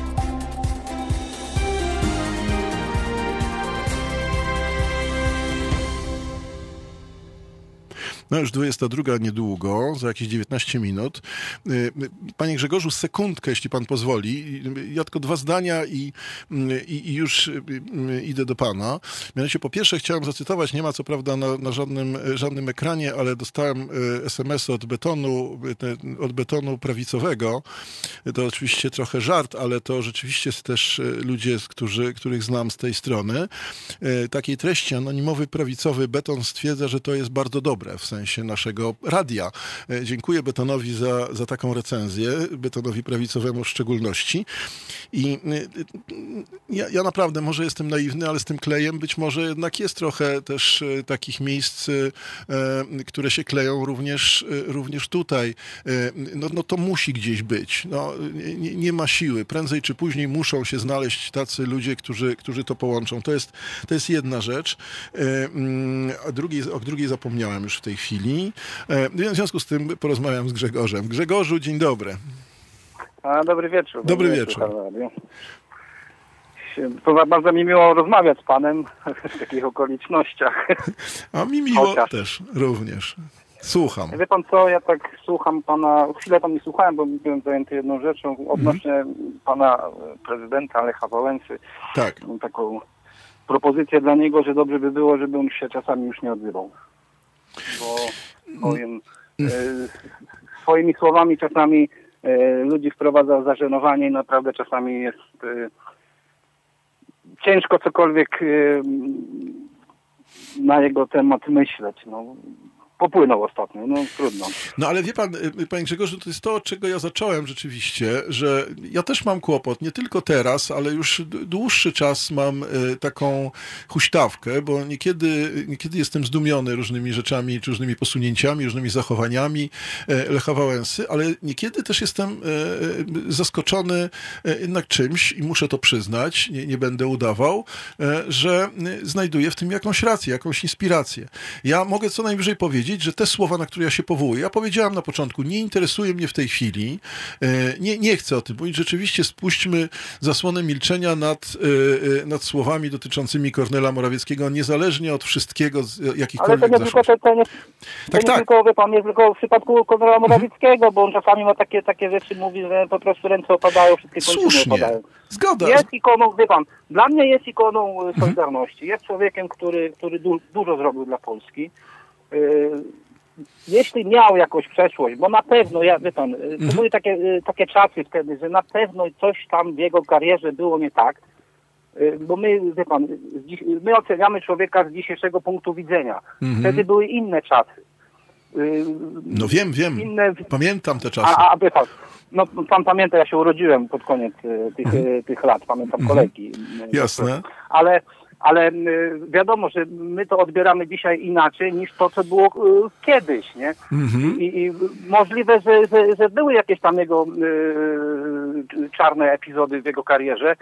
S2: No już 22 niedługo, za jakieś 19 minut. Panie Grzegorzu, sekundkę, jeśli pan pozwoli. Ja tylko 2 zdania i już idę do pana. Mianowicie po pierwsze chciałem zacytować, nie ma co prawda na żadnym ekranie, ale dostałem SMS-y od betonu prawicowego. To oczywiście trochę żart, ale to rzeczywiście też ludzie, których znam z tej strony. Takiej treści: anonimowy prawicowy beton stwierdza, że to jest bardzo dobre, w sensie sensie naszego radia. Dziękuję Betonowi za taką recenzję, Betonowi prawicowemu w szczególności. I ja naprawdę może jestem naiwny, ale z tym klejem być może jednak jest trochę też takich miejsc, które się kleją również tutaj. No to musi gdzieś być. No, nie ma siły. Prędzej czy później muszą się znaleźć tacy ludzie, którzy to połączą. To jest jedna rzecz. O drugiej zapomniałem już w tej chwili. W związku z tym porozmawiam z Grzegorzem. Grzegorzu, dzień dobry.
S10: Dobry wieczór.
S2: Dobry wieczór.
S10: To bardzo mi miło rozmawiać z panem w takich okolicznościach.
S2: A mi miło też również. Słucham.
S10: Wie pan co, ja tak słucham pana, chwilę tam nie słuchałem, bo byłem zajęty jedną rzeczą odnośnie pana prezydenta Lecha Wałęsy.
S2: Tak.
S10: Mam taką propozycję dla niego, że dobrze by było, żeby on się czasami już nie odzywał. Bo powiem, swoimi słowami czasami ludzi wprowadza w zażenowanie i naprawdę czasami jest ciężko cokolwiek na jego temat myśleć. No, popłynął ostatnio, no trudno.
S2: No ale wie pan, panie Grzegorzu, to jest to, od czego ja zacząłem rzeczywiście, że ja też mam kłopot, nie tylko teraz, ale już dłuższy czas mam taką huśtawkę, bo niekiedy jestem zdumiony różnymi rzeczami, czy różnymi posunięciami, różnymi zachowaniami Lecha Wałęsy, ale niekiedy też jestem zaskoczony jednak czymś i muszę to przyznać, nie będę udawał, że znajduję w tym jakąś rację, jakąś inspirację. Ja mogę co najwyżej powiedzieć, że te słowa, na które ja się powołuję, ja powiedziałem na początku, nie interesuje mnie w tej chwili, nie chcę o tym mówić, rzeczywiście spuśćmy zasłonę milczenia nad słowami dotyczącymi Kornela Morawieckiego, niezależnie od wszystkiego, jakichkolwiek
S10: ale to nie tylko, wie pan, nie tylko w przypadku Kornela Morawieckiego, bo on czasami ma takie rzeczy, mówi, że po prostu ręce opadają, wszystkie kończyny opadają.
S2: Zgoda.
S10: Jest ikoną, wie pan, dla mnie jest ikoną Solidarności. Jest człowiekiem, który dużo zrobił dla Polski. Jeśli miał jakąś przeszłość, bo na pewno, wie pan, to były takie czasy wtedy, że na pewno coś tam w jego karierze było nie tak, bo my, wie pan, my oceniamy człowieka z dzisiejszego punktu widzenia. Wtedy były inne czasy.
S2: No wiem, pamiętam te czasy.
S10: Wie pan, no pan pamięta, ja się urodziłem pod koniec tych lat, pamiętam kolejki.
S2: Jasne.
S10: Ale wiadomo, że my to odbieramy dzisiaj inaczej niż to, co było kiedyś, nie? I możliwe, że były jakieś tam jego czarne epizody w jego karierze.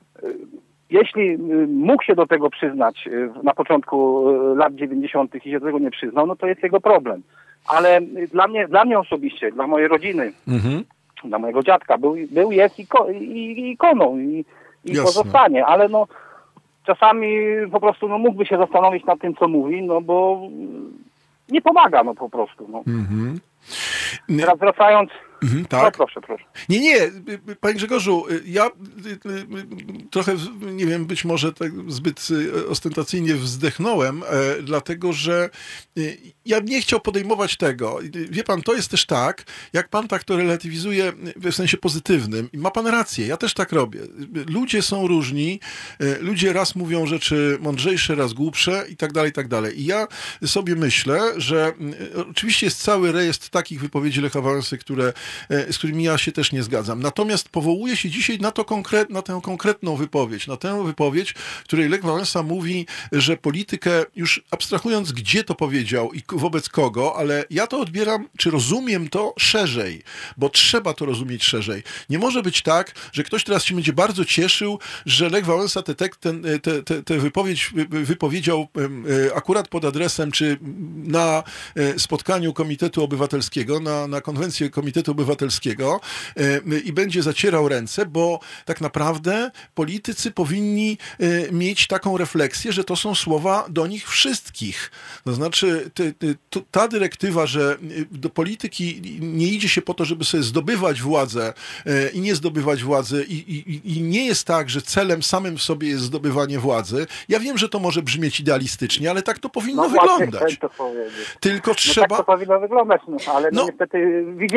S10: Jeśli mógł się do tego przyznać na początku lat 90. i się do tego nie przyznał, no to jest jego problem. Ale dla mnie osobiście, dla mojej rodziny, dla mojego dziadka jest ikoną i pozostanie, ale no czasami po prostu mógłby się zastanowić nad tym, co mówi, no bo nie pomaga, no po prostu. No. Teraz wracając...
S2: tak.
S10: No, proszę.
S2: Nie, panie Grzegorzu, ja trochę, nie wiem, być może tak zbyt ostentacyjnie wzdechnąłem, dlatego, że ja nie chciał podejmować tego. Wie pan, to jest też tak, jak pan tak to relatywizuje w sensie pozytywnym i ma pan rację, ja też tak robię. Ludzie są różni, ludzie raz mówią rzeczy mądrzejsze, raz głupsze i tak dalej, i tak dalej. I ja sobie myślę, że oczywiście jest cały rejestr takich wypowiedzi Lecha Wałęsy, z którymi ja się też nie zgadzam. Natomiast powołuję się dzisiaj na tę konkretną wypowiedź, na tę wypowiedź, w której Lech Wałęsa mówi, że politykę, już abstrahując, gdzie to powiedział i wobec kogo, ale ja to odbieram, czy rozumiem to szerzej, bo trzeba to rozumieć szerzej. Nie może być tak, że ktoś teraz się będzie bardzo cieszył, że Lech Wałęsa tę wypowiedź wypowiedział akurat pod adresem, czy na spotkaniu Komitetu Obywatelskiego, na konwencję Komitetu Obywatelskiego i będzie zacierał ręce, bo tak naprawdę politycy powinni mieć taką refleksję, że to są słowa do nich wszystkich. To znaczy ta dyrektywa, że do polityki nie idzie się po to, żeby sobie zdobywać władzę i nie zdobywać władzy i nie jest tak, że celem samym w sobie jest zdobywanie władzy. Ja wiem, że to może brzmieć idealistycznie, ale tak to powinno wyglądać.
S10: To
S2: tylko trzeba...
S10: Tak to powinno wyglądać, ale niestety widzimy, jak to wygląda.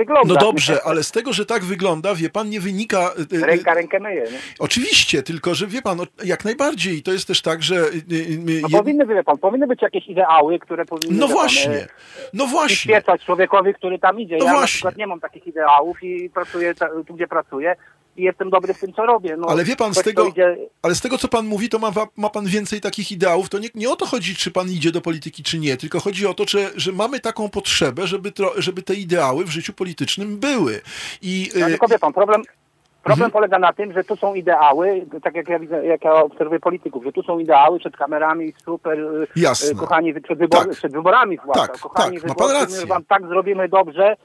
S10: wygląda.
S2: No dobrze, ale z tego, że tak wygląda, wie pan, nie wynika...
S10: Ręka rękę myje, nie?
S2: Oczywiście, tylko że wie pan, jak najbardziej. To jest też tak, że...
S10: powinny być jakieś ideały, które powinny...
S2: No właśnie.
S10: Przyświecać człowiekowi, który tam idzie.
S2: No
S10: ja
S2: właśnie.
S10: na przykład nie mam takich ideałów i pracuję tu, gdzie pracuję. I jestem dobry w tym, co robię. No,
S2: ale wie pan, z tego, co pan mówi, to ma pan więcej takich ideałów. To nie o to chodzi, czy pan idzie do polityki, czy nie, tylko chodzi o to, że mamy taką potrzebę, żeby te ideały w życiu politycznym były.
S10: Tylko wie pan, problem polega na tym, że tu są ideały, tak jak ja widzę, jak ja obserwuję polityków, że tu są ideały przed kamerami, super, kochani, przed wyborami zwłaszcza, kochani wyborcy, my wam tak zrobimy dobrze,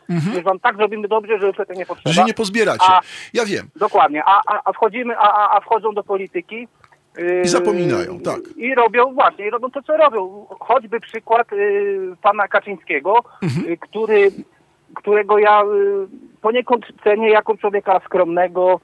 S10: że już tego nie potrzeba.
S2: Że nie pozbieracie. Ja wiem.
S10: Dokładnie, a wchodzą do polityki
S2: i zapominają, tak.
S10: I robią to, co robią. Choćby przykład pana Kaczyńskiego, którego ja poniekąd cenię jako człowieka skromnego,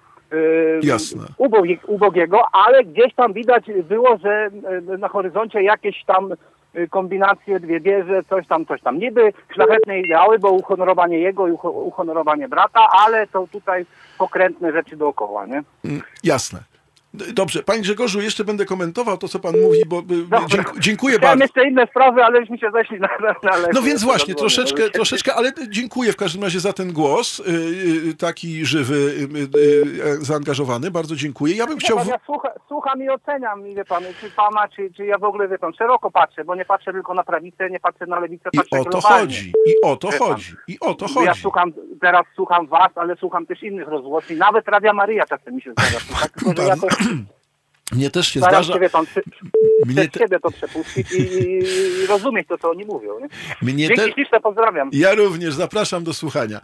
S10: ubogiego, ale gdzieś tam widać było, że na horyzoncie jakieś tam kombinacje, dwie wieże, coś tam. Niby szlachetne ideały, bo uhonorowanie jego i uhonorowanie brata, ale są tutaj pokrętne rzeczy dookoła, nie?
S2: Jasne. Dobrze, panie Grzegorzu, jeszcze będę komentował to, co pan mówi, bo dziękuję bardzo.
S10: Chciałem jeszcze inne sprawy, ale już mi się zeszli na
S2: No więc właśnie, troszeczkę, ale dziękuję w każdym razie za ten głos, taki żywy, zaangażowany, bardzo dziękuję. Ja bym chciał...
S10: Ja słucham i oceniam, wie pan, czy pana, czy ja w ogóle, wie pan, szeroko patrzę, bo nie patrzę tylko na prawicę, nie patrzę na lewicę, patrzę globalnie.
S2: I o to chodzi.
S10: Ja teraz słucham was, ale słucham też innych rozgłośni, nawet Radia Maryja czasem mi się zdarza słuchać, tylko że ja to...
S2: Mnie też się zdarza.
S10: Przez siebie to przepuścić i rozumieć to, co oni mówią. Nie? Dzięki śliczne, pozdrawiam.
S2: Ja również zapraszam do słuchania.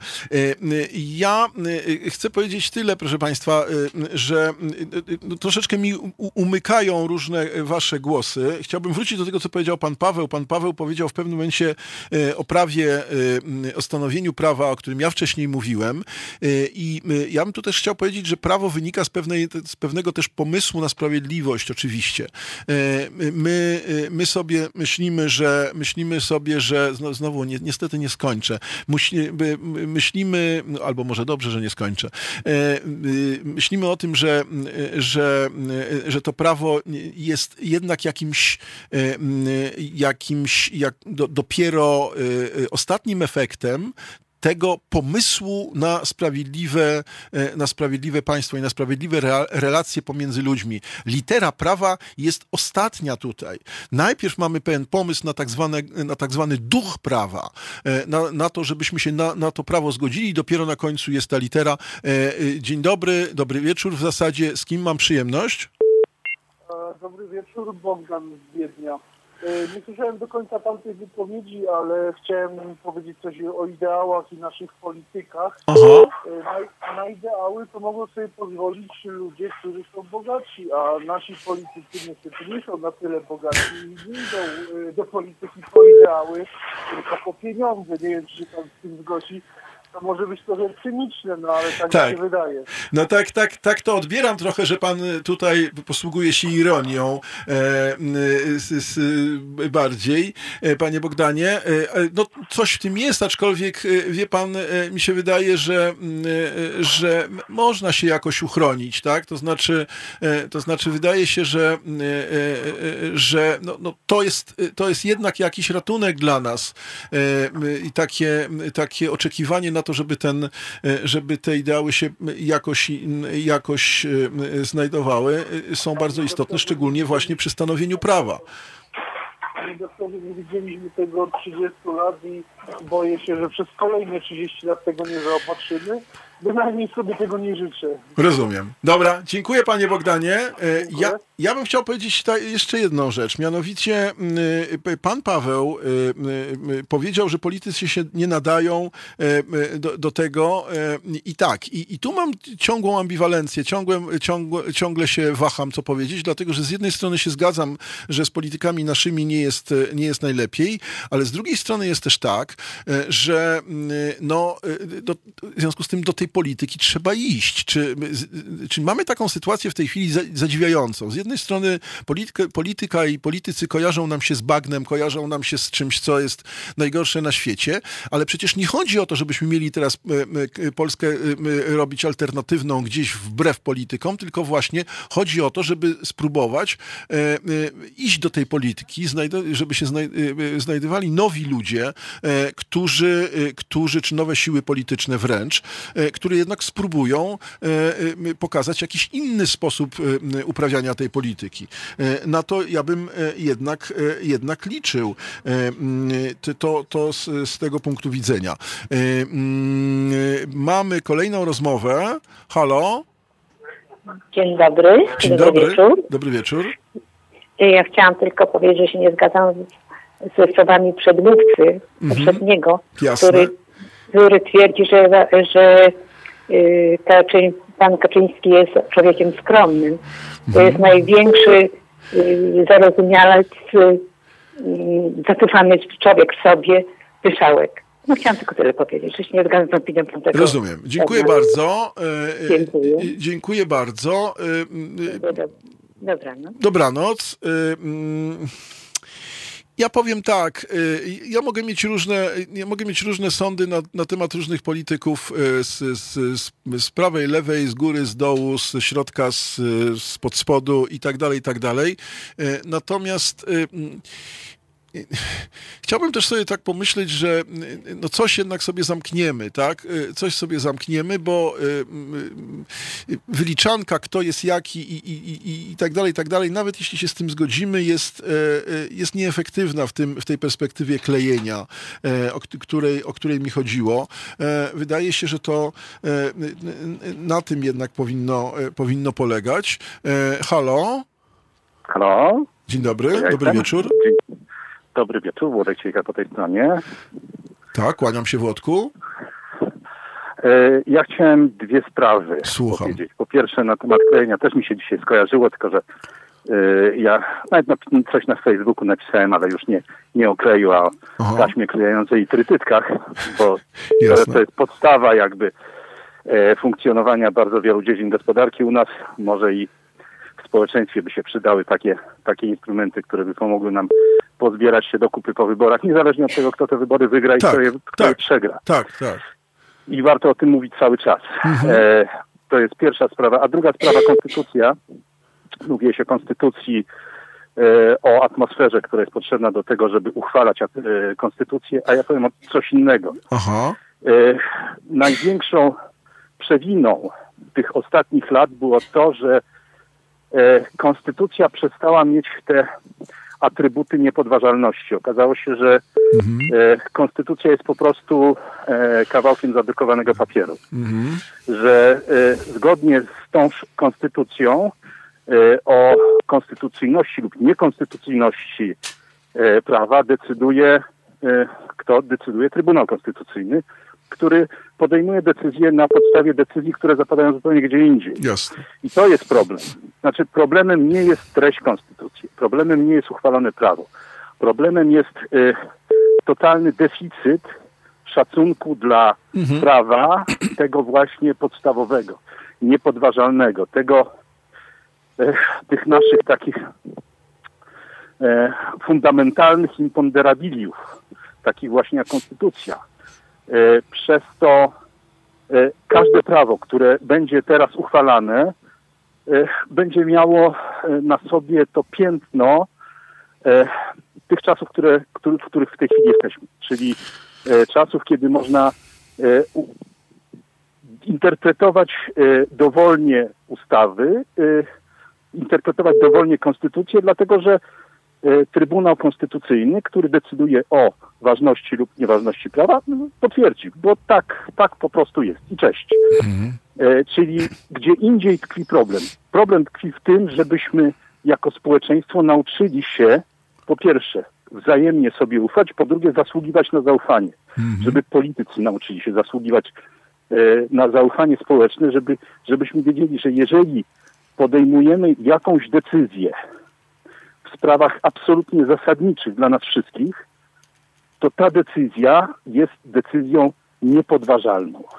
S2: Ja chcę powiedzieć tyle, proszę państwa, że troszeczkę mi umykają różne wasze głosy. Chciałbym wrócić do tego, co powiedział pan Paweł. Pan Paweł powiedział w pewnym momencie o stanowieniu prawa, o którym ja wcześniej mówiłem. I ja bym tu też chciał powiedzieć, że prawo wynika z pewnego też pomysłu na sprawiedliwość, oczywiście. My sobie myślimy sobie, że znowu niestety nie skończę. Myślimy, albo może dobrze, że nie skończę. Myślimy o tym, że to prawo jest jednak dopiero ostatnim efektem tego pomysłu na sprawiedliwe państwo i na sprawiedliwe relacje pomiędzy ludźmi. Litera prawa jest ostatnia tutaj. Najpierw mamy pewien pomysł na tak zwany duch prawa, na to, żebyśmy się na to prawo zgodzili i dopiero na końcu jest ta litera. Dzień dobry, dobry wieczór w zasadzie. Z kim mam przyjemność?
S11: Dobry wieczór, Bogdan z Wiednia. Nie słyszałem do końca tamtej wypowiedzi, ale chciałem powiedzieć coś o ideałach i naszych politykach. Na ideały to mogą sobie pozwolić ludzie, którzy są bogaci, a nasi politycy niestety nie są na tyle bogaci i nie idą do polityki po ideały, tylko po pieniądze. Nie wiem, czy się pan z tym zgodzi. To może być trochę cyniczne, no ale tak mi się wydaje.
S2: No tak to odbieram trochę, że pan tutaj posługuje się ironią bardziej, panie Bogdanie. No coś w tym jest, aczkolwiek wie pan, mi się wydaje, że można się jakoś uchronić, tak? To znaczy wydaje się, że to jest jednak jakiś ratunek dla nas i takie oczekiwanie na to, żeby te ideały się jakoś znajdowały, są bardzo istotne, szczególnie właśnie przy stanowieniu prawa.
S11: Panie doktorze, nie widzieliśmy tego od 30 lat i boję się, że przez kolejne 30 lat tego nie zaopatrzymy. Bynajmniej sobie tego nie życzę.
S2: Rozumiem. Dobra, dziękuję panie Bogdanie. Ja bym chciał powiedzieć jeszcze jedną rzecz. Mianowicie pan Paweł powiedział, że politycy się nie nadają do tego i tu mam ciągłą ambiwalencję, ciągle się waham, co powiedzieć, dlatego, że z jednej strony się zgadzam, że z politykami naszymi nie jest najlepiej, ale z drugiej strony jest też tak, że w związku z tym do tej polityki trzeba iść. Czy mamy taką sytuację w tej chwili zadziwiającą? Z jednej jednej strony polityka i politycy kojarzą nam się z bagnem, kojarzą nam się z czymś, co jest najgorsze na świecie, ale przecież nie chodzi o to, żebyśmy mieli teraz Polskę robić alternatywną gdzieś wbrew politykom, tylko właśnie chodzi o to, żeby spróbować iść do tej polityki, żeby się znajdowali nowi ludzie, którzy, czy nowe siły polityczne wręcz, które jednak spróbują pokazać jakiś inny sposób uprawiania tej polityki. Na to ja bym jednak liczył. To z tego punktu widzenia. Mamy kolejną rozmowę. Halo?
S12: Dzień dobry.
S2: Dzień dobry. Wieczór. Dobry wieczór.
S12: Ja chciałam tylko powiedzieć, że się nie zgadzam ze słowami przedmówcy poprzedniego, który twierdzi, że pan Kaczyński jest człowiekiem skromnym. To jest największy zarozumialec, zacofany człowiek w sobie, pyszałek. No chciałam tylko tyle powiedzieć, że się nie zgadzam z opinią tego.
S2: Rozumiem. Dziękuję bardzo. Dziękuję bardzo.
S12: Dobranoc.
S2: Dobranoc. Ja powiem tak, ja mogę mieć różne sądy na temat różnych polityków z prawej, lewej, z góry, z dołu, z środka, spod spodu i tak dalej. Natomiast chciałbym też sobie tak pomyśleć, że no coś jednak sobie zamkniemy, tak? Coś sobie zamkniemy, bo wyliczanka, kto jest jaki i tak dalej, nawet jeśli się z tym zgodzimy, jest nieefektywna w tej perspektywie klejenia, o której mi chodziło. Wydaje się, że to na tym jednak powinno polegać. Halo?
S13: Halo?
S2: Dzień dobry, dobry wieczór.
S13: Dobry wieczór, Włodek Ciejka po tej stronie.
S2: Tak, kłaniam się, Włodku.
S13: Ja chciałem dwie sprawy
S2: powiedzieć.
S13: Po pierwsze, na temat klejenia też mi się dzisiaj skojarzyło, tylko że ja nawet coś na Facebooku napisałem, ale już nie o kleju, a o taśmie klejającej i trytytkach, bo to jest podstawa jakby funkcjonowania bardzo wielu dziedzin gospodarki u nas. Może i w społeczeństwie by się przydały takie instrumenty, które by pomogły nam pozbierać się do kupy po wyborach, niezależnie od tego, kto te wybory wygra i kto je przegra.
S2: Tak.
S13: I warto o tym mówić cały czas. To jest pierwsza sprawa. A druga sprawa, konstytucja. Mówi się konstytucji o atmosferze, która jest potrzebna do tego, żeby uchwalać konstytucję, a ja powiem o coś innego. Największą przewiną tych ostatnich lat było to, że konstytucja przestała mieć te atrybuty niepodważalności. Okazało się, że konstytucja jest po prostu kawałkiem zadrukowanego papieru. Że zgodnie z tą konstytucją o konstytucyjności lub niekonstytucyjności prawa decyduje Trybunał Konstytucyjny, który podejmuje decyzje na podstawie decyzji, które zapadają zupełnie gdzie indziej.
S2: Jasne.
S13: I to jest problem. Znaczy problemem nie jest treść konstytucji. Problemem nie jest uchwalone prawo. Problemem jest totalny deficyt szacunku dla prawa, tego właśnie podstawowego, niepodważalnego, tych naszych takich fundamentalnych imponderabiliów, takich właśnie jak konstytucja. Przez to każde prawo, które będzie teraz uchwalane, będzie miało na sobie to piętno tych czasów, w których w tej chwili jesteśmy. Czyli czasów, kiedy można interpretować dowolnie ustawy, interpretować dowolnie konstytucję, dlatego że Trybunał Konstytucyjny, który decyduje o ważności lub nieważności prawa, potwierdzi, bo tak po prostu jest. I cześć. Czyli gdzie indziej tkwi problem. Problem tkwi w tym, żebyśmy jako społeczeństwo nauczyli się, po pierwsze, wzajemnie sobie ufać, po drugie, zasługiwać na zaufanie. Żeby politycy nauczyli się zasługiwać na zaufanie społeczne, żebyśmy wiedzieli, że jeżeli podejmujemy jakąś decyzję w sprawach absolutnie zasadniczych dla nas wszystkich, to ta decyzja jest decyzją niepodważalną.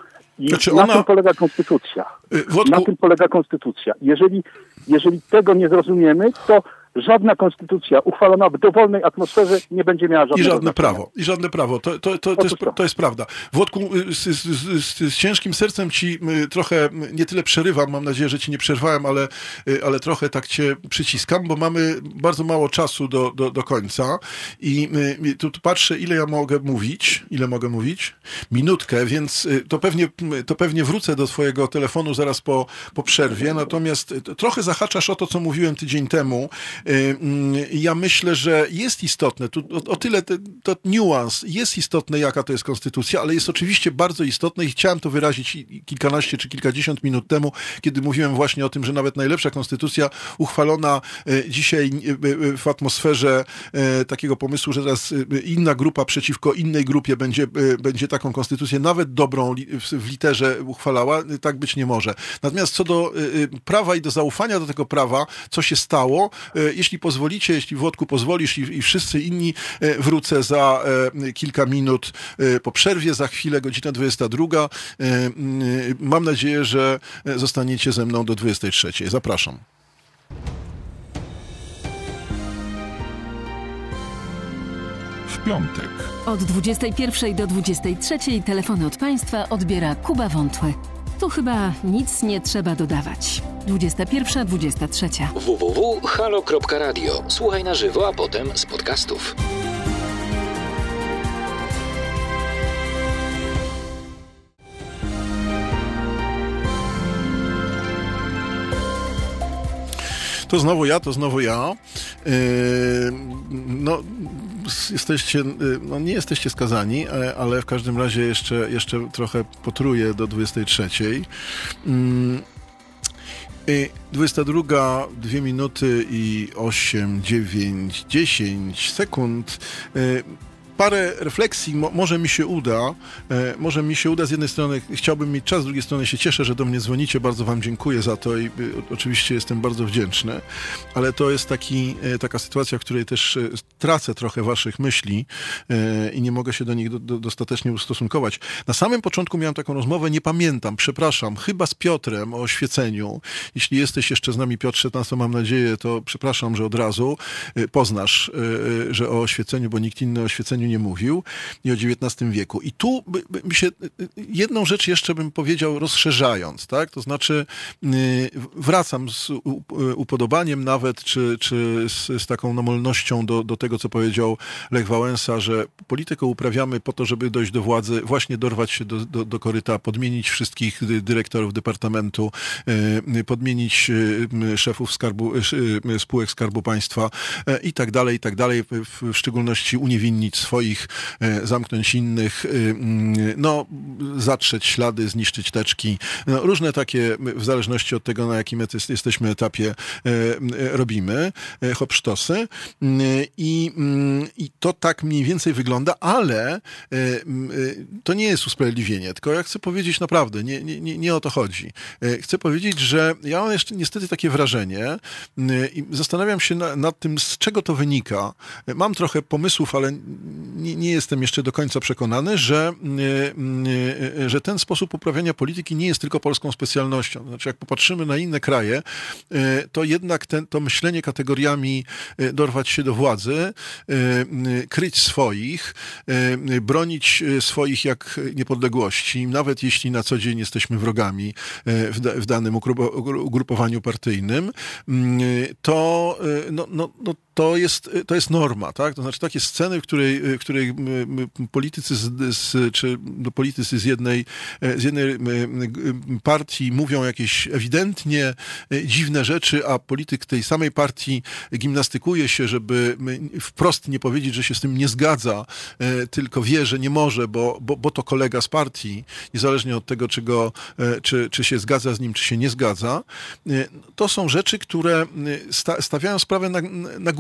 S13: I na tym polega konstytucja. Na tym polega konstytucja. Jeżeli tego nie zrozumiemy, to żadna konstytucja uchwalona w dowolnej atmosferze nie będzie miała żadnego znaczenia.
S2: I żadne prawo. To jest prawda. Włodku, z ciężkim sercem ci trochę nie tyle przerywam, mam nadzieję, że ci nie przerwałem, ale trochę tak cię przyciskam, bo mamy bardzo mało czasu do końca i tu patrzę, ile mogę mówić. Minutkę, więc to pewnie wrócę do twojego telefonu zaraz po przerwie, natomiast trochę zahaczasz o to, co mówiłem tydzień temu. Ja myślę, że jest istotne, o tyle to niuans, jest istotne, jaka to jest konstytucja, ale jest oczywiście bardzo istotne i chciałem to wyrazić kilkanaście czy kilkadziesiąt minut temu, kiedy mówiłem właśnie o tym, że nawet najlepsza konstytucja uchwalona dzisiaj w atmosferze takiego pomysłu, że teraz inna grupa przeciwko innej grupie będzie taką konstytucję, nawet dobrą w literze uchwalała, tak być nie może. Natomiast co do prawa i do zaufania do tego prawa, co się stało, jeśli pozwolicie, jeśli Włodku pozwolisz i wszyscy inni, wrócę za kilka minut po przerwie, za chwilę, godzina 22. Mam nadzieję, że zostaniecie ze mną do 23. Zapraszam.
S6: W piątek.
S7: Od 21 do 23 telefony od Państwa odbiera Kuba Wątły. Tu chyba nic nie trzeba dodawać. 21, 23.
S3: www.halo.radio. Słuchaj na żywo, a potem z podcastów.
S2: To znowu ja. Jesteście, nie jesteście skazani, ale w każdym razie jeszcze trochę potruję do 23. 22, 2 minuty i 8, 9, 10 sekund. Parę refleksji może mi się uda. Z jednej strony chciałbym mieć czas, z drugiej strony się cieszę, że do mnie dzwonicie. Bardzo wam dziękuję za to i oczywiście jestem bardzo wdzięczny. Ale to jest taka sytuacja, w której też tracę trochę waszych myśli i nie mogę się do nich dostatecznie ustosunkować. Na samym początku miałem taką rozmowę, nie pamiętam, przepraszam, chyba z Piotrem o oświeceniu. Jeśli jesteś jeszcze z nami, Piotrze, na co mam nadzieję, to przepraszam, że od razu poznasz, że o oświeceniu, bo nikt inny o oświeceniu nie mówił, i o XIX wieku. I tu by się jedną rzecz jeszcze bym powiedział, rozszerzając, tak? To znaczy wracam z upodobaniem nawet, czy z taką namolnością do tego, co powiedział Lech Wałęsa, że politykę uprawiamy po to, żeby dojść do władzy, właśnie dorwać się do koryta, podmienić wszystkich dyrektorów departamentu, podmienić szefów spółek Skarbu Państwa i tak dalej, w szczególności uniewinnić swoich, zamknąć innych, zatrzeć ślady, zniszczyć teczki. Różne takie, w zależności od tego, na jakim jesteśmy etapie, robimy hopsztosy. I to tak mniej więcej wygląda, ale to nie jest usprawiedliwienie, tylko ja chcę powiedzieć naprawdę, nie o to chodzi. Chcę powiedzieć, że ja mam jeszcze niestety takie wrażenie i zastanawiam się nad tym, z czego to wynika. Mam trochę pomysłów, ale nie jestem jeszcze do końca przekonany, że ten sposób uprawiania polityki nie jest tylko polską specjalnością. Znaczy, jak popatrzymy na inne kraje, to jednak to myślenie kategoriami, dorwać się do władzy, kryć swoich, bronić swoich jak niepodległości, nawet jeśli na co dzień jesteśmy wrogami w danym ugrupowaniu partyjnym, to jest norma, tak? To znaczy takie sceny, w której politycy politycy z jednej partii mówią jakieś ewidentnie dziwne rzeczy, a polityk tej samej partii gimnastykuje się, żeby wprost nie powiedzieć, że się z tym nie zgadza, tylko wie, że nie może, bo to kolega z partii, niezależnie od tego, czy się zgadza z nim, czy się nie zgadza. To są rzeczy, które stawiają sprawę na głowie.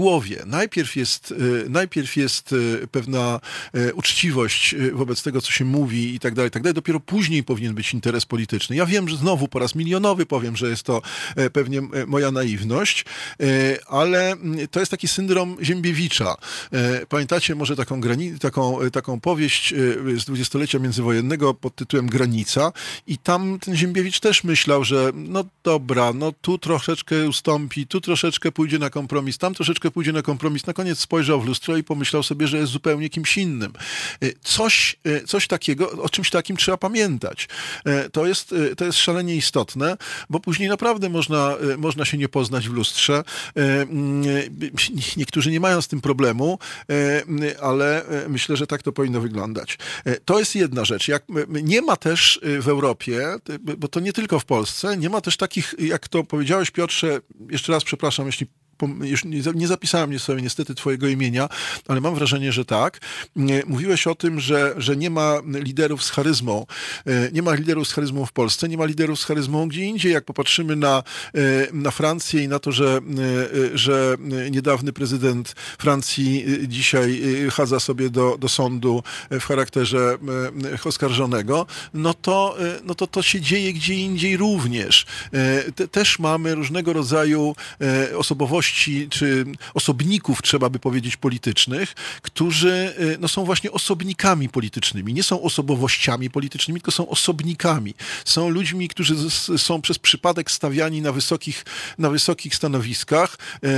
S2: głowie. Najpierw jest pewna uczciwość wobec tego, co się mówi i tak dalej. Dopiero później powinien być interes polityczny. Ja wiem, że znowu po raz milionowy powiem, że jest to pewnie moja naiwność, ale to jest taki syndrom Ziembiewicza. Pamiętacie może taką powieść z dwudziestolecia międzywojennego pod tytułem Granica i tam ten Ziembiewicz też myślał, że no dobra, no tu troszeczkę ustąpi, tu troszeczkę pójdzie na kompromis, tam troszeczkę pójdzie na kompromis. Na koniec spojrzał w lustro i pomyślał sobie, że jest zupełnie kimś innym. Coś takiego, o czymś takim trzeba pamiętać. To jest szalenie istotne, bo później naprawdę można się nie poznać w lustrze. Niektórzy nie mają z tym problemu, ale myślę, że tak to powinno wyglądać. To jest jedna rzecz. Nie ma też w Europie, bo to nie tylko w Polsce, nie ma też takich, jak to powiedziałeś, Piotrze, jeszcze raz przepraszam, jeśli już nie zapisałem sobie niestety twojego imienia, ale mam wrażenie, że tak. Mówiłeś o tym, że nie ma liderów z charyzmą. Nie ma liderów z charyzmą w Polsce, nie ma liderów z charyzmą gdzie indziej. Jak popatrzymy na Francję i na to, że niedawny prezydent Francji dzisiaj chadza sobie do sądu w charakterze oskarżonego, no to się dzieje gdzie indziej również. Też mamy różnego rodzaju osobowości czy osobników, trzeba by powiedzieć, politycznych, którzy są właśnie osobnikami politycznymi. Nie są osobowościami politycznymi, tylko są osobnikami. Są ludźmi, którzy są przez przypadek stawiani na wysokich stanowiskach.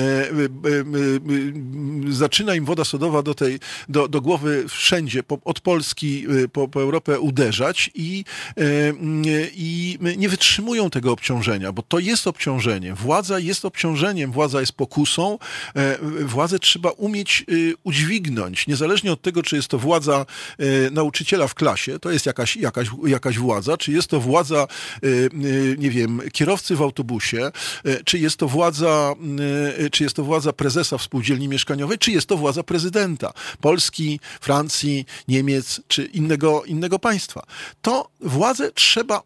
S2: Zaczyna im woda sodowa do głowy wszędzie, od Polski po Europę uderzać i nie wytrzymują tego obciążenia, bo to jest obciążenie. Władza jest obciążeniem, władza jest pokusą. Władzę trzeba umieć udźwignąć. Niezależnie od tego, czy jest to władza nauczyciela w klasie, to jest jakaś władza, czy jest to władza, nie wiem, kierowcy w autobusie, czy jest to władza prezesa w spółdzielni mieszkaniowej, czy jest to władza prezydenta Polski, Francji, Niemiec, czy innego państwa. To władzę trzeba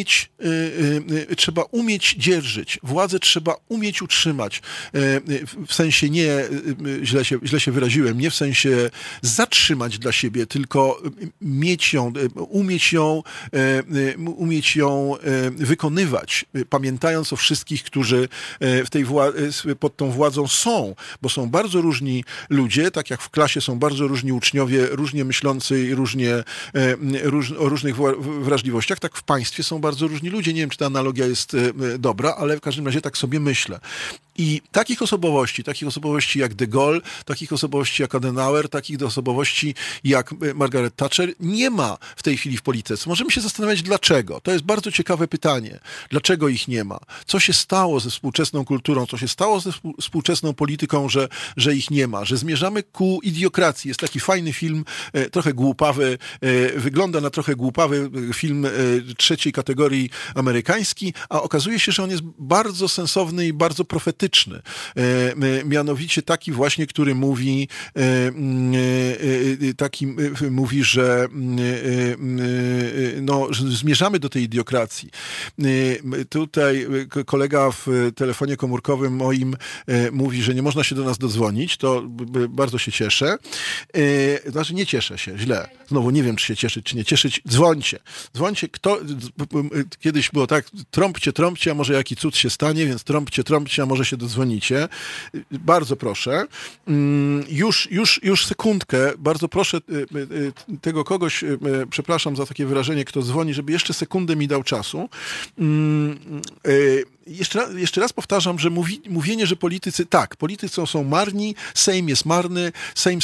S2: umieć dzierżyć. Władzę trzeba umieć utrzymać. W sensie nie, źle się wyraziłem, nie w sensie zatrzymać dla siebie, tylko umieć ją wykonywać, pamiętając o wszystkich, którzy pod tą władzą są, bo są bardzo różni ludzie, tak jak w klasie są bardzo różni uczniowie, różnie myślący i o różnych wrażliwościach, tak w państwie są bardzo różni ludzie. Nie wiem, czy ta analogia jest dobra, ale w każdym razie tak sobie myślę. I takich osobowości jak de Gaulle, takich osobowości jak Adenauer, takich osobowości jak Margaret Thatcher nie ma w tej chwili w polityce. Możemy się zastanawiać, dlaczego. To jest bardzo ciekawe pytanie. Dlaczego ich nie ma? Co się stało ze współczesną kulturą? Co się stało ze współczesną polityką, że ich nie ma? Że zmierzamy ku idiokracji. Jest taki fajny film, trochę głupawy, wygląda na trochę głupawy film trzeciej kategorii amerykański, a okazuje się, że on jest bardzo sensowny i bardzo profetyczny. Mianowicie taki właśnie, który mówi, że zmierzamy do tej idiokracji. Tutaj kolega w telefonie komórkowym moim mówi, że nie można się do nas dodzwonić. To bardzo się cieszę. Znaczy nie cieszę się, źle. Znowu nie wiem, czy się cieszyć, czy nie cieszyć. Dzwońcie. Kiedyś było tak, trąbcie, a może jaki cud się stanie, więc trąbcie, a może się dodzwonicie. Bardzo proszę. Już sekundkę. Bardzo proszę tego kogoś, przepraszam za takie wyrażenie, kto dzwoni, żeby jeszcze sekundę mi dał czasu. Jeszcze raz powtarzam, że mówienie, że politycy są marni, Sejm jest marny, Sejm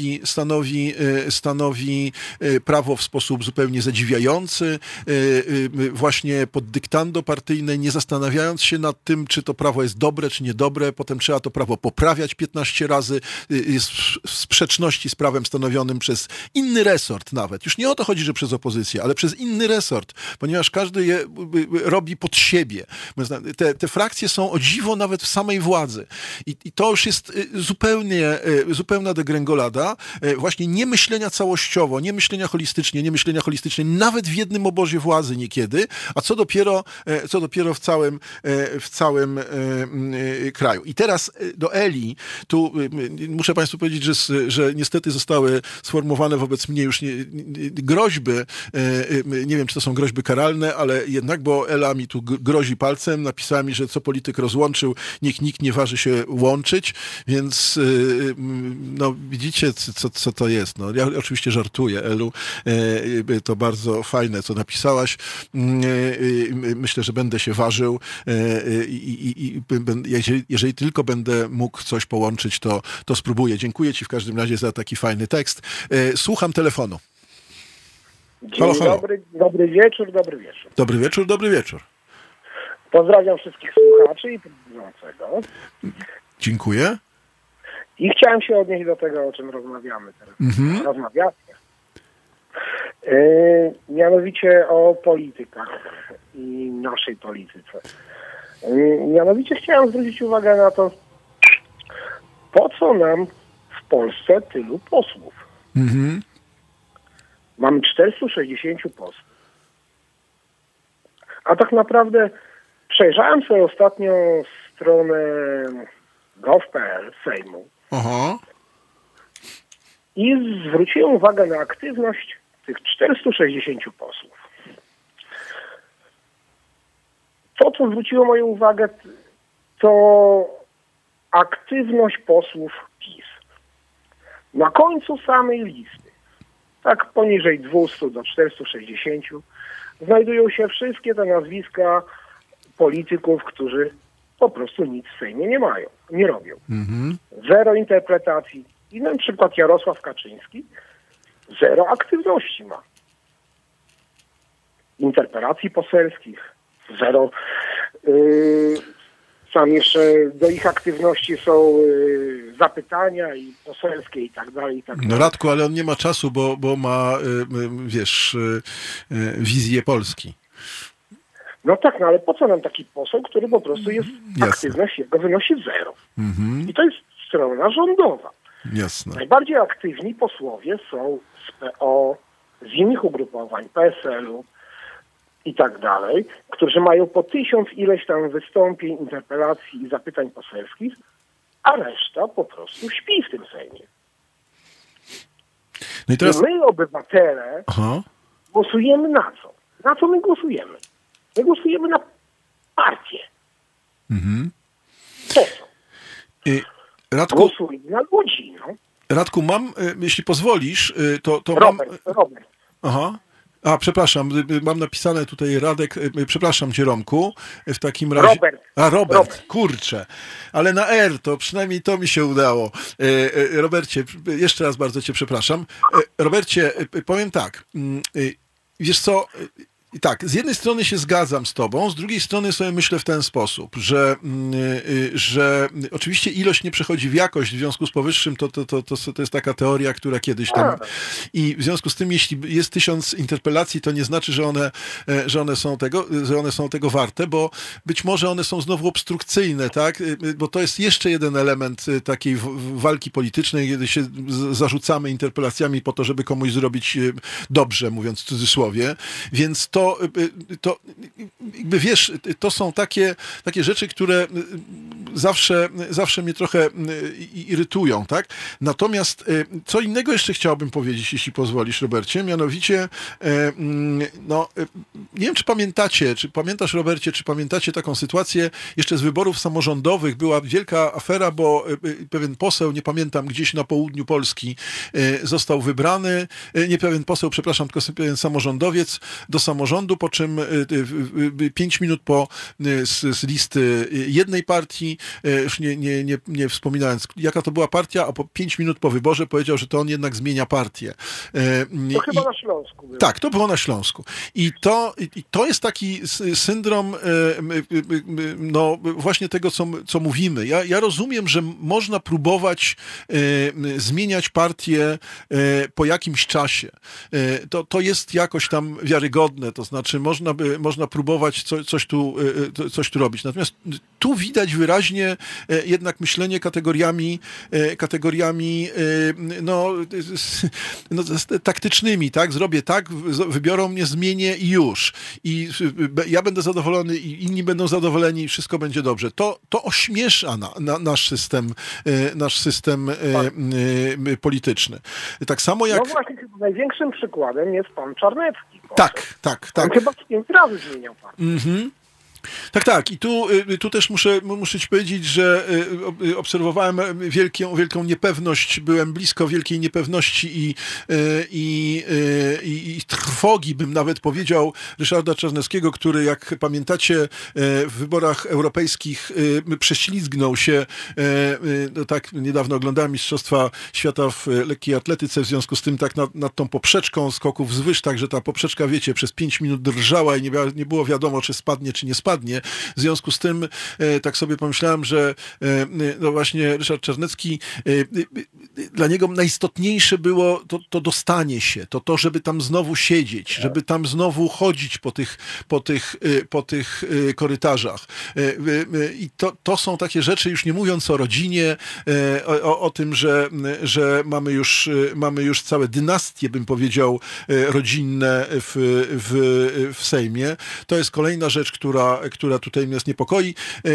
S2: stanowi prawo w sposób zupełnie zadziwiający, właśnie pod dyktando partyjne, nie zastanawiając się nad tym, czy to prawo jest dobre, czy niedobre, potem trzeba to prawo poprawiać 15 razy, jest w sprzeczności z prawem stanowionym przez inny resort nawet. Już nie o to chodzi, że przez opozycję, ale przez inny resort, ponieważ każdy je robi pod siebie. Te frakcje są o dziwo nawet w samej władzy. I to już jest zupełna degrengolada właśnie nie myślenia całościowo, nie myślenia holistycznie, nawet w jednym obozie władzy niekiedy, a co dopiero w całym kraju. I teraz do Eli, tu muszę Państwu powiedzieć, że niestety zostały sformułowane wobec mnie już groźby, nie wiem, czy to są groźby karalne, ale jednak, bo Ela mi tu grozi palcem, napisała mi, że co polityk rozłączył, nikt nie waży się łączyć, więc no widzicie, co to jest. No, ja oczywiście żartuję, Elu, to bardzo fajne, co napisałaś. Myślę, że będę się ważył i jeżeli tylko będę mógł coś połączyć, to spróbuję. Dziękuję Ci w każdym razie za taki fajny tekst. Słucham telefonu.
S14: Dzień dobry, dobry wieczór.
S2: Dobry wieczór.
S14: Pozdrawiam wszystkich słuchaczy i prowadzącego.
S2: Dziękuję.
S14: I chciałem się odnieść do tego, o czym rozmawiamy teraz. Rozmawiamy. Mianowicie o politykach i naszej polityce. Mianowicie chciałem zwrócić uwagę na to, po co nam w Polsce tylu posłów. Mamy 460 posłów. A tak naprawdę przejrzałem sobie ostatnio stronę gov.pl Sejmu. I zwróciłem uwagę na aktywność tych 460 posłów. To, co zwróciło moją uwagę, to aktywność posłów PiS. Na końcu samej listy, tak poniżej 200 do 460, znajdują się wszystkie te nazwiska polityków, którzy po prostu nic w Sejmie nie robią. Zero interpretacji. I na przykład Jarosław Kaczyński zero aktywności ma. Interpelacji poselskich zero. Sam jeszcze do ich aktywności są zapytania i poselskie i tak dalej.
S2: No Radku, ale on nie ma czasu, bo ma, wizję Polski.
S14: No tak, no ale po co nam taki poseł, który po prostu jest, aktywność jego wynosi zero. I to jest strona rządowa.
S2: Jasne.
S14: Najbardziej aktywni posłowie są z PO, z innych ugrupowań, PSL-u i tak dalej, którzy mają po 1000 ileś tam wystąpień, interpelacji i zapytań poselskich, a reszta po prostu śpi w tym Sejmie.
S2: No i teraz...
S14: I my, obywatele, głosujemy na co? Na co my głosujemy? My głosujemy na partię. Po co?
S2: Radku,
S14: głosujemy na ludzi, no.
S2: Radku, mam, jeśli pozwolisz, to
S14: Robert.
S2: A, przepraszam, mam napisane tutaj Radek, przepraszam Cię, Romku, w takim razie... Robert, kurczę, ale na R, to przynajmniej to mi się udało. Robercie, jeszcze raz bardzo Cię przepraszam. Robercie, powiem tak, wiesz co... Tak, z jednej strony się zgadzam z tobą, z drugiej strony sobie myślę w ten sposób, że oczywiście ilość nie przechodzi w jakość, w związku z powyższym to jest taka teoria, która kiedyś tam... I w związku z tym, jeśli jest 1000 interpelacji, to nie znaczy, że one są tego warte, bo być może one są znowu obstrukcyjne, tak? Bo to jest jeszcze jeden element takiej walki politycznej, kiedy się zarzucamy interpelacjami po to, żeby komuś zrobić dobrze, mówiąc w cudzysłowie, więc to jakby wiesz, to są takie rzeczy, które zawsze mnie trochę irytują, tak? Natomiast co innego jeszcze chciałbym powiedzieć, jeśli pozwolisz, Robercie, mianowicie nie wiem, czy pamiętasz, Robercie, czy pamiętacie taką sytuację jeszcze z wyborów samorządowych, była wielka afera, bo pewien poseł, nie pamiętam, gdzieś na południu Polski został wybrany, nie pewien poseł, przepraszam, tylko pewien samorządowiec do samorządu, po czym 5 minut z listy jednej partii, już nie wspominając, jaka to była partia, a po 5 minut po wyborze powiedział, że to on jednak zmienia partię.
S14: To chyba na Śląsku było.
S2: Tak, to było na Śląsku. I to jest taki syndrom właśnie tego, co mówimy. Ja rozumiem, że można próbować zmieniać partię po jakimś czasie. To jest jakoś tam wiarygodne. to znaczy można próbować coś tu robić. Natomiast tu widać wyraźnie jednak myślenie kategoriami taktycznymi, tak? Zrobię tak, wybiorą mnie, zmienię i już. I ja będę zadowolony i inni będą zadowoleni i wszystko będzie dobrze. To ośmiesza nasz system polityczny. Tak samo jak...
S14: No właśnie, największym przykładem jest pan Czarnecki.
S2: Tak.
S14: On chyba 5 razy zmieniał partię.
S2: Tak. I tu też muszę ci powiedzieć, że obserwowałem wielką niepewność, byłem blisko wielkiej niepewności i trwogi, bym nawet powiedział, Ryszarda Czarneckiego, który, jak pamiętacie, w wyborach europejskich prześlizgnął się, tak niedawno oglądałem Mistrzostwa Świata w lekkiej atletyce, w związku z tym tak nad tą poprzeczką skoków wzwyż, tak, że ta poprzeczka, wiecie, przez 5 minut drżała i nie było wiadomo, czy spadnie, czy nie spadnie. W związku z tym tak sobie pomyślałem, że no właśnie Ryszard Czarnecki, dla niego najistotniejsze było to dostanie się, to, żeby tam znowu siedzieć, żeby tam znowu chodzić po tych korytarzach. I to są takie rzeczy, już nie mówiąc o rodzinie, o tym, że mamy już całe dynastie, bym powiedział, rodzinne w Sejmie. To jest kolejna rzecz, która tutaj nas niepokoi.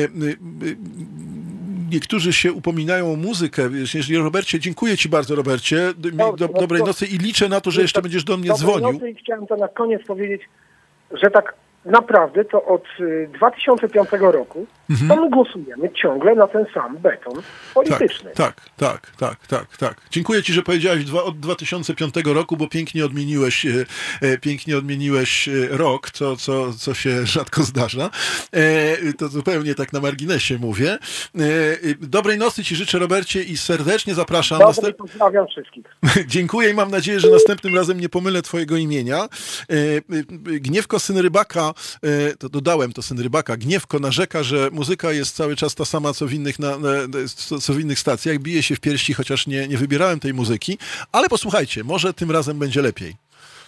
S2: Niektórzy się upominają o muzykę. Robercie, dziękuję ci bardzo, Robercie. Dobrej nocy i liczę na to, że jeszcze będziesz do mnie dzwonił.
S14: Nocy i chciałem to na koniec powiedzieć, że tak naprawdę to od 2005 roku to my głosujemy ciągle na ten sam beton polityczny.
S2: Tak. Dziękuję ci, że powiedziałeś od 2005 roku, bo pięknie odmieniłeś rok, co się rzadko zdarza. To zupełnie tak na marginesie mówię. Dobrej nocy ci życzę, Robercie, i serdecznie zapraszam.
S14: Pozdrawiam wszystkich.
S2: Dziękuję i mam nadzieję, że następnym razem nie pomylę twojego imienia. Gniewko, syn rybaka, to dodałem to syn rybaka, Gniewko narzeka, że muzyka jest cały czas ta sama, co w innych stacjach. Bije się w piersi, chociaż nie wybierałem tej muzyki. Ale posłuchajcie, może tym razem będzie lepiej.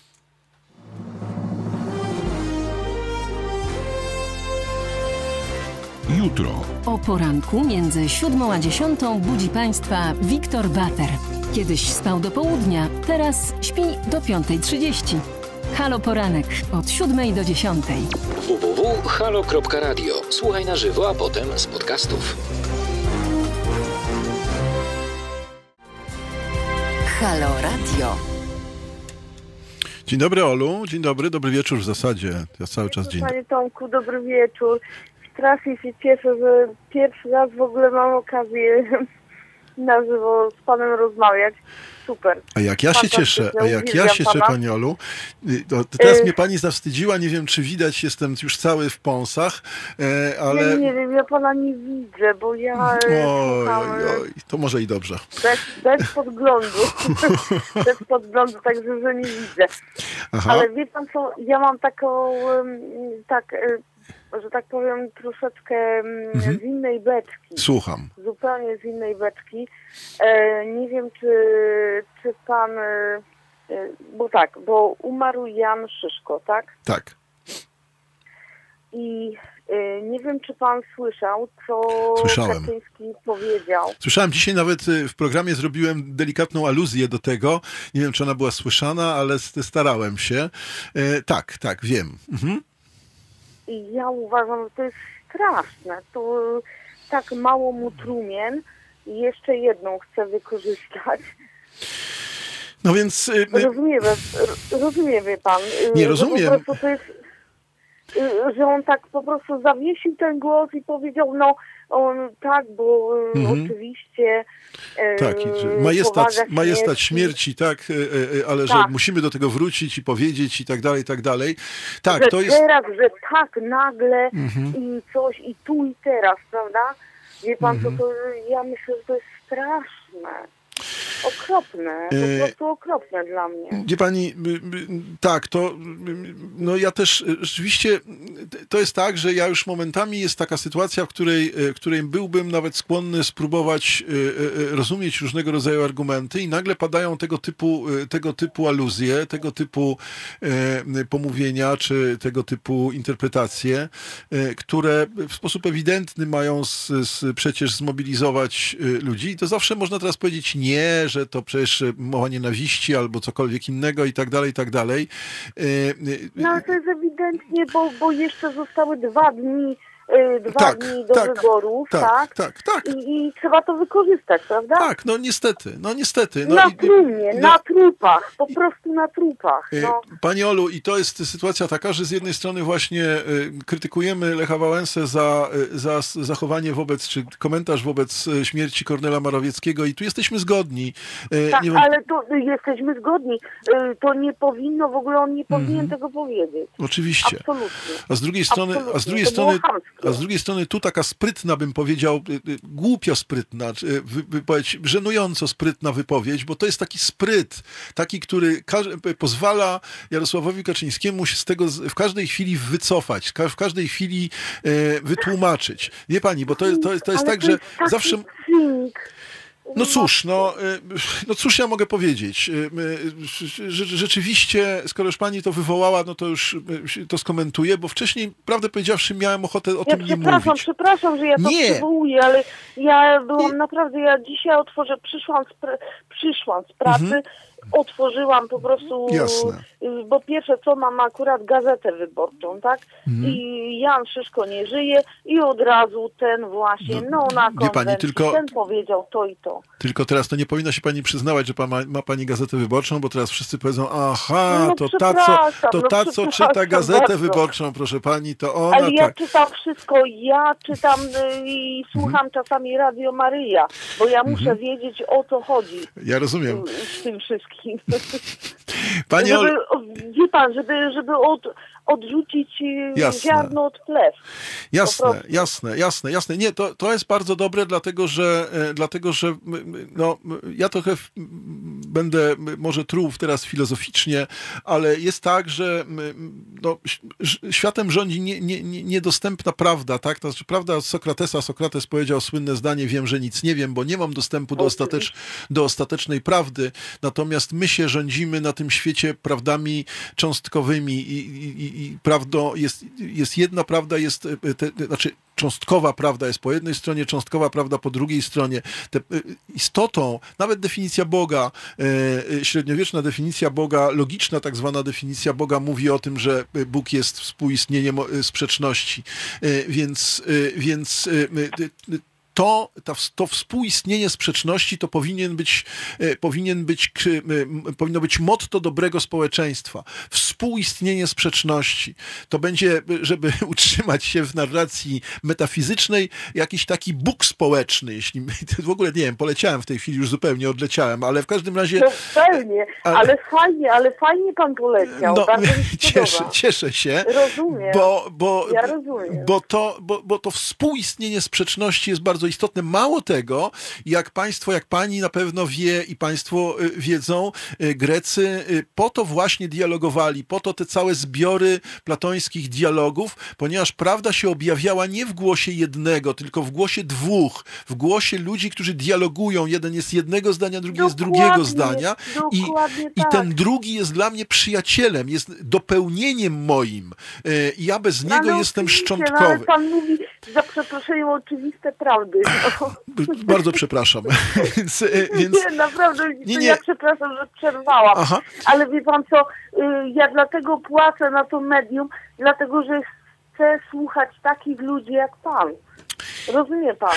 S6: Jutro.
S7: O poranku między 7 a 10 budzi Państwa Wiktor Bater. Kiedyś spał do południa, teraz śpi do 5:30. Halo Poranek od 7 do 10.
S3: www.halo.radio. Słuchaj na żywo, a potem z podcastów.
S8: Halo Radio.
S2: Dzień dobry, Olu. Dzień dobry wieczór w zasadzie. Ja cały czas dzień.
S15: Panie Tomku, dobry wieczór. Strasznie się cieszę, że pierwszy raz w ogóle mam okazję na żywo z panem rozmawiać. Super.
S2: A jak ja się cieszę, Pani Olu. Teraz mnie pani zawstydziła, nie wiem, czy widać, jestem już cały w pąsach, ale...
S15: Nie wiem, ja pana nie widzę, bo ja...
S2: Oj, to może i dobrze.
S15: Bez podglądu. Bez podglądu, także że nie widzę. Aha. Ale wie pan co, ja mam taką... że tak powiem, troszeczkę z innej beczki.
S2: Słucham.
S15: Zupełnie z innej beczki. Nie wiem, czy pan... Bo umarł Jan Szyszko, tak?
S2: Tak.
S15: I nie wiem, czy pan słyszał, co Kaczyński powiedział.
S2: Słyszałem. Dzisiaj nawet w programie zrobiłem delikatną aluzję do tego. Nie wiem, czy ona była słyszana, ale starałem się. Tak, wiem.
S15: I ja uważam, że to jest straszne. To tak mało mu trumien i jeszcze jedną chcę wykorzystać.
S2: No więc...
S15: Rozumie wie pan.
S2: Nie rozumiem.
S15: Po prostu to jest, że on tak po prostu zawiesił ten głos i powiedział, bo oczywiście...
S2: Tak, majestat śmierci, tak, ale że musimy do tego wrócić i powiedzieć i tak dalej. Tak,
S15: że
S2: to jest...
S15: teraz, że tak nagle i coś i tu i teraz, prawda? Wie pan, to ja myślę, że to jest straszne. okropne, po prostu okropne dla mnie.
S2: Wie pani, tak, to no ja też rzeczywiście, to jest tak, że ja już momentami jest taka sytuacja, w której byłbym nawet skłonny spróbować rozumieć różnego rodzaju argumenty i nagle padają tego typu aluzje, tego typu pomówienia, czy tego typu interpretacje, które w sposób ewidentny mają przecież zmobilizować ludzi. I to zawsze można teraz powiedzieć nie, że to przecież mowa nienawiści albo cokolwiek innego i tak dalej, i tak dalej.
S15: No ale to jest ewidentnie, bo jeszcze zostały 2 dni do wyborów, tak? I trzeba to wykorzystać, prawda?
S2: Tak, no niestety.
S15: Na trumnie, na trupach, po prostu na trupach. No.
S2: Pani Olu, i to jest sytuacja taka, że z jednej strony właśnie krytykujemy Lecha Wałęsę za zachowanie czy komentarz wobec śmierci Kornela Morawieckiego i tu jesteśmy zgodni.
S15: Tak, ale to jesteśmy zgodni. To nie powinno, w ogóle on nie powinien tego powiedzieć.
S2: Oczywiście.
S15: Absolutnie.
S2: A z drugiej strony tu taka sprytna, bym powiedział, głupio sprytna, wypowiedź, żenująco sprytna wypowiedź, bo to jest taki spryt, taki, który pozwala Jarosławowi Kaczyńskiemu się z tego w każdej chwili wycofać, w każdej chwili wytłumaczyć. Wie pani, bo to jest tak, że zawsze... No cóż ja mogę powiedzieć. Rzeczywiście, skoro już pani to wywołała, no to już to skomentuję, bo wcześniej, prawdę powiedziawszy, miałem ochotę o tym nie mówić.
S15: Przepraszam, że ja to przywołuję, ale ja byłam naprawdę, ja dzisiaj przyszłam z pracy, otworzyłam po prostu, bo pierwsze co, mam akurat Gazetę Wyborczą, tak? I Jan Szyszko nie żyje i od razu ten właśnie, na konwencji, ten powiedział to i to.
S2: Tylko teraz to nie powinna się pani przyznawać, że ma pani Gazetę Wyborczą, bo teraz wszyscy powiedzą, ta, co czyta Gazetę Wyborczą, proszę pani, to ona...
S15: Ale ja czytam wszystko, i słucham czasami Radio Maryja, bo ja muszę wiedzieć, o co chodzi.
S2: Ja rozumiem.
S15: Z tym wszystkim.
S2: Pani
S15: Wie pan, żeby odrzucić ziarno od plew.
S2: Jasne. Nie, to jest bardzo dobre, dlatego że ja trochę będę może truł teraz filozoficznie, ale jest tak, że światem rządzi niedostępna prawda, tak? To znaczy prawda od Sokratesa. Sokrates powiedział słynne zdanie: wiem, że nic nie wiem, bo nie mam dostępu do ostatecznej prawdy. Natomiast my się rządzimy na tym świecie prawdami cząstkowymi i prawdą jest jedna prawda, cząstkowa prawda jest po jednej stronie, cząstkowa prawda po drugiej stronie. Istotą, nawet definicja Boga, średniowieczna definicja Boga, logiczna tak zwana definicja Boga mówi o tym, że Bóg jest współistnieniem sprzeczności. Więc to współistnienie sprzeczności to powinno być motto dobrego społeczeństwa. Współistnienie sprzeczności. To będzie, żeby utrzymać się w narracji metafizycznej, jakiś taki Bóg społeczny, jeśli w ogóle nie wiem, poleciałem w tej chwili, już zupełnie odleciałem, ale w każdym razie...
S15: No pewnie, ale fajnie pan poleciał.
S2: Cieszę się.
S15: Rozumiem.
S2: Ja rozumiem. Bo to współistnienie sprzeczności jest bardzo istotne. Mało tego, jak pani na pewno wie i państwo wiedzą, Grecy po to właśnie dialogowali, po to te całe zbiory platońskich dialogów, ponieważ prawda się objawiała nie w głosie jednego, tylko w głosie dwóch, w głosie ludzi, którzy dialogują. Jeden jest jednego zdania, drugi jest drugiego zdania i ten drugi jest dla mnie przyjacielem, jest dopełnieniem moim. I ja bez niego jestem szczątkowy.
S15: Ale pan mówi, za przeproszeniem, oczywiste prawdy.
S2: Bardzo przepraszam.
S15: Nie, naprawdę, ja przepraszam, że przerwałam. Aha. Ale wie pan co, ja dlatego płacę na to medium, dlatego że chcę słuchać takich ludzi jak pan. Rozumie pan?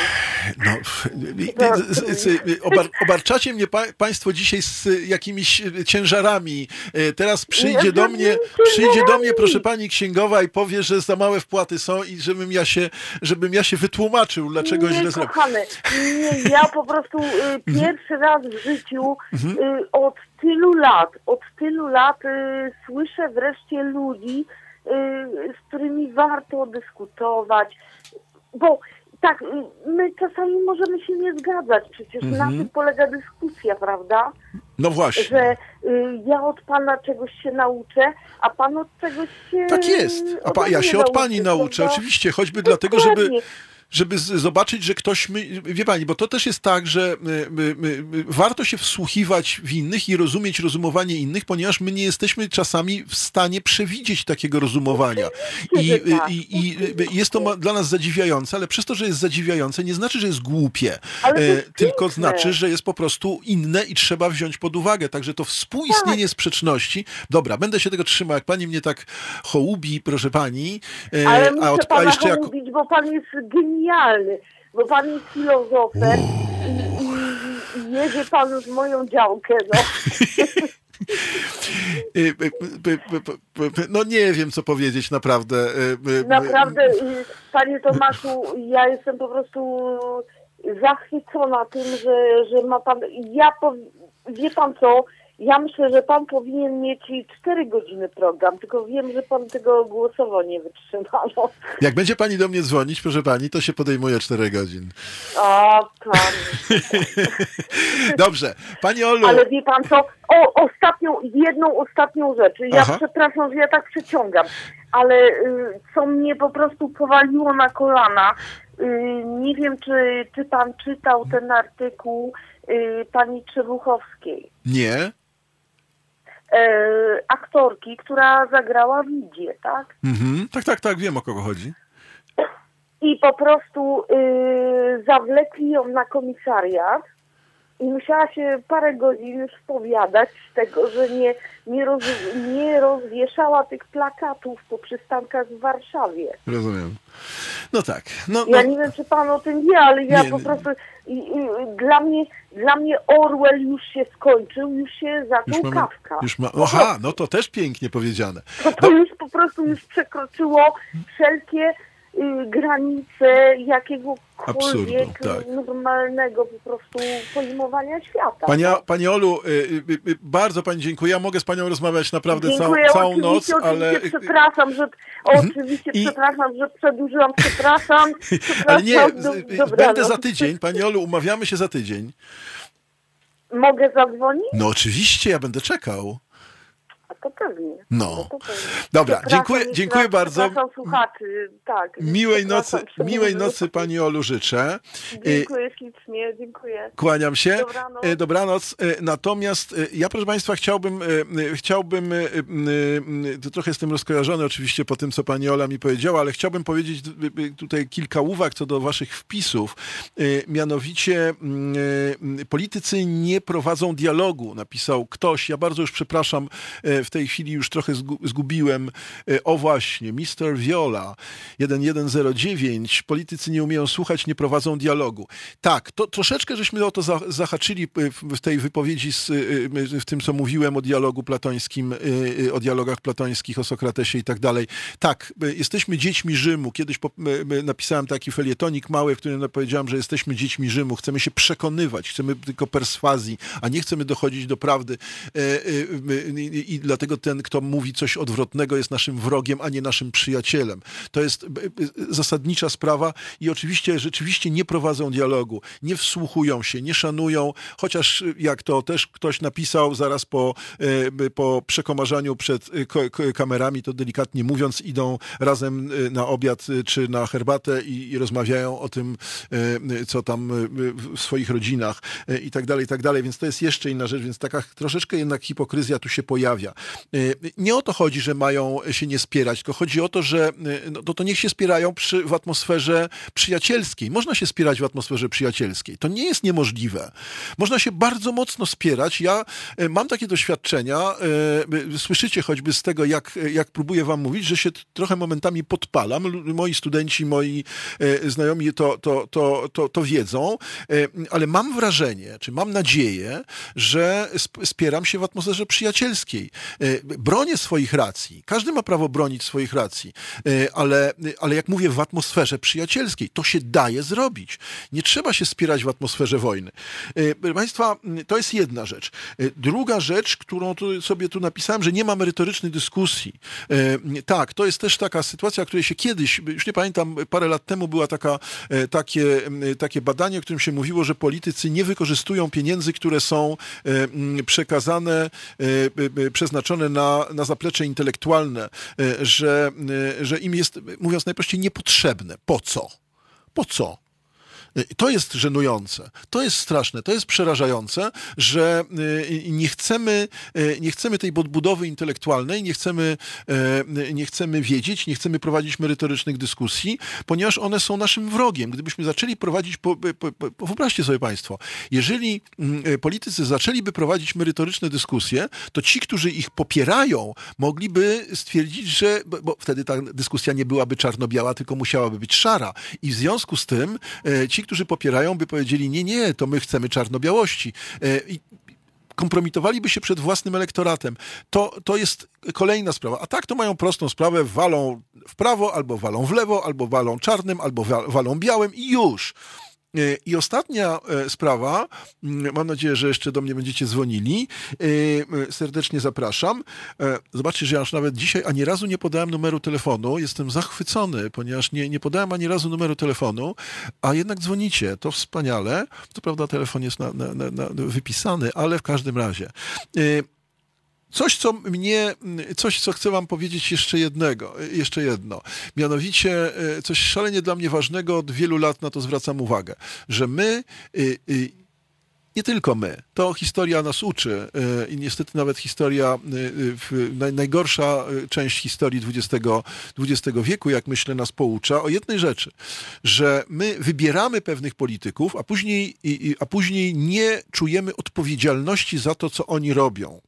S2: Obarczacie mnie państwo dzisiaj z jakimiś ciężarami. Teraz przyjdzie do mnie, proszę pani księgowa, i powie, że za małe wpłaty są i żebym ja się wytłumaczył, dlaczego źle zrobił.
S15: Kochany, nie, ja po prostu pierwszy raz w życiu od tylu lat słyszę wreszcie ludzi, z którymi warto dyskutować, bo tak, my czasami możemy się nie zgadzać, przecież na tym polega dyskusja, prawda?
S2: No właśnie.
S15: Że ja od pana czegoś się nauczę, a pan od czegoś się...
S2: Tak jest. Ja się od pani nauczę, oczywiście, choćby dlatego, żeby zobaczyć, że ktoś... Wie pani, bo to też jest tak, że warto się wsłuchiwać w innych i rozumieć rozumowanie innych, ponieważ my nie jesteśmy czasami w stanie przewidzieć takiego rozumowania. I jest to dla nas zadziwiające, ale przez to, że jest zadziwiające, nie znaczy, że jest głupie. Tylko znaczy, że jest po prostu inne i trzeba wziąć pod uwagę. Także to współistnienie sprzeczności... Dobra, będę się tego trzymał, jak pani mnie tak hołubi, proszę pani.
S15: Ale muszę pana hołubić, bo pan jest genialny, bo pan jest filozofem i jedzie pan z moją działkę, no.
S2: No nie wiem, co powiedzieć, naprawdę.
S15: Naprawdę, panie Tomaszu, ja jestem po prostu zachwycona tym, że ma pan... Wie pan co? Ja myślę, że pan powinien mieć 4 godziny program, tylko wiem, że pan tego głosowo nie wytrzyma. No.
S2: Jak będzie pani do mnie dzwonić, proszę pani, to się podejmuje 4 godzin.
S15: O, pan.
S2: Dobrze. Pani Olu.
S15: Ale wie pan co? Jedną ostatnią rzecz. Ja przepraszam, że ja tak przeciągam, ale co mnie po prostu powaliło na kolana, nie wiem, czy pan czytał ten artykuł pani Trzebuchowskiej.
S2: Nie.
S15: Aktorki, która zagrała w Lidzie, tak?
S2: Tak, wiem, o kogo chodzi.
S15: I po prostu zawlekli ją na komisariat i musiała się parę godzin już spowiadać z tego, że nie rozwieszała tych plakatów po przystankach w Warszawie.
S2: Rozumiem. No tak.
S15: Ja nie wiem, czy pan o tym wie, ale ja po prostu... Dla mnie Orwell już się skończył, już się zaczął Kafka.
S2: No to też pięknie powiedziane.
S15: To już po prostu przekroczyło wszelkie granice jakiegokolwiek normalnego po prostu pojmowania świata.
S2: Pani Olu, bardzo pani dziękuję. Ja mogę z panią rozmawiać naprawdę całą noc, ale...
S15: Przepraszam, że przedłużyłam, przepraszam.
S2: Ale nie, będę za tydzień. Pani Olu, umawiamy się za tydzień.
S15: Mogę zadzwonić?
S2: No oczywiście, ja będę czekał.
S15: A to pewnie.
S2: No. Dobra, dziękuję bardzo.
S15: Przepraszam słuchaczy, tak.
S2: Miłej nocy pani Olu życzę.
S15: Dziękuję ślicznie, dziękuję.
S2: Kłaniam się.
S15: Dobranoc.
S2: Dobranoc. Natomiast ja, proszę państwa, chciałbym to trochę jestem rozkojarzony oczywiście po tym, co pani Ola mi powiedziała, ale chciałbym powiedzieć tutaj kilka uwag co do waszych wpisów. Mianowicie politycy nie prowadzą dialogu, napisał ktoś. Ja bardzo już przepraszam, w tej chwili już trochę zgubiłem. O właśnie, Mr. Viola 1109. Politycy nie umieją słuchać, nie prowadzą dialogu. Tak, to troszeczkę żeśmy o to zahaczyli w tej wypowiedzi, w tym, co mówiłem o dialogu platońskim, o dialogach platońskich, o Sokratesie i tak dalej. Tak, jesteśmy dziećmi Rzymu. Kiedyś napisałem taki felietonik mały, w którym powiedziałem, że jesteśmy dziećmi Rzymu. Chcemy się przekonywać, chcemy tylko perswazji, a nie chcemy dochodzić do prawdy. I dlatego ten, kto mówi coś odwrotnego, jest naszym wrogiem, a nie naszym przyjacielem. To jest zasadnicza sprawa i oczywiście rzeczywiście nie prowadzą dialogu, nie wsłuchują się, nie szanują, chociaż jak to też ktoś napisał zaraz po przekomarzaniu przed kamerami, to delikatnie mówiąc, idą razem na obiad czy na herbatę i rozmawiają o tym, co tam w swoich rodzinach i tak dalej, więc to jest jeszcze inna rzecz, więc taka troszeczkę jednak hipokryzja tu się pojawia. Nie o to chodzi, że mają się nie spierać, tylko chodzi o to, że to niech się spierają w atmosferze przyjacielskiej. Można się spierać w atmosferze przyjacielskiej. To nie jest niemożliwe. Można się bardzo mocno spierać. Ja mam takie doświadczenia, słyszycie choćby z tego, jak próbuję wam mówić, że się trochę momentami podpalam. Moi studenci, moi znajomi to wiedzą, ale mam wrażenie, czy mam nadzieję, że spieram się w atmosferze przyjacielskiej. bronię swoich racji. Każdy ma prawo bronić swoich racji, ale jak mówię, w atmosferze przyjacielskiej to się daje zrobić. Nie trzeba się spierać w atmosferze wojny. Proszę Państwa, to jest jedna rzecz. Druga rzecz, którą sobie tu napisałem, że nie ma merytorycznej dyskusji. Tak, to jest też taka sytuacja, której się kiedyś, już nie pamiętam, parę lat temu była takie badanie, w którym się mówiło, że politycy nie wykorzystują pieniędzy, które są przekazane, przeznaczone na zaplecze intelektualne, że im jest, mówiąc najprościej, niepotrzebne. Po co? Po co? To jest żenujące, to jest straszne, to jest przerażające, że nie chcemy tej podbudowy intelektualnej, nie chcemy wiedzieć, nie chcemy prowadzić merytorycznych dyskusji, ponieważ one są naszym wrogiem. Gdybyśmy zaczęli prowadzić, wyobraźcie sobie Państwo, jeżeli politycy zaczęliby prowadzić merytoryczne dyskusje, to ci, którzy ich popierają, mogliby stwierdzić, że, bo wtedy ta dyskusja nie byłaby czarno-biała, tylko musiałaby być szara. I w związku z tym ci, którzy popierają, by powiedzieli, nie, to my chcemy czarno-białości. I kompromitowaliby się przed własnym elektoratem. To jest kolejna sprawa. A tak to mają prostą sprawę, walą w prawo, albo walą w lewo, albo walą czarnym, albo walą białym i już. I ostatnia sprawa, mam nadzieję, że jeszcze do mnie będziecie dzwonili, serdecznie zapraszam. Zobaczcie, że ja już nawet dzisiaj ani razu nie podałem numeru telefonu, jestem zachwycony, ponieważ nie podałem ani razu numeru telefonu, a jednak dzwonicie, to wspaniale. Co prawda telefon jest wypisany, ale w każdym razie. Coś, co chcę wam powiedzieć jeszcze jedno. Mianowicie coś szalenie dla mnie ważnego, od wielu lat na to zwracam uwagę, że my, nie tylko my, to historia nas uczy i niestety nawet historia, najgorsza część historii XX wieku, jak myślę, nas poucza o jednej rzeczy, że my wybieramy pewnych polityków, a później nie czujemy odpowiedzialności za to, co oni robią.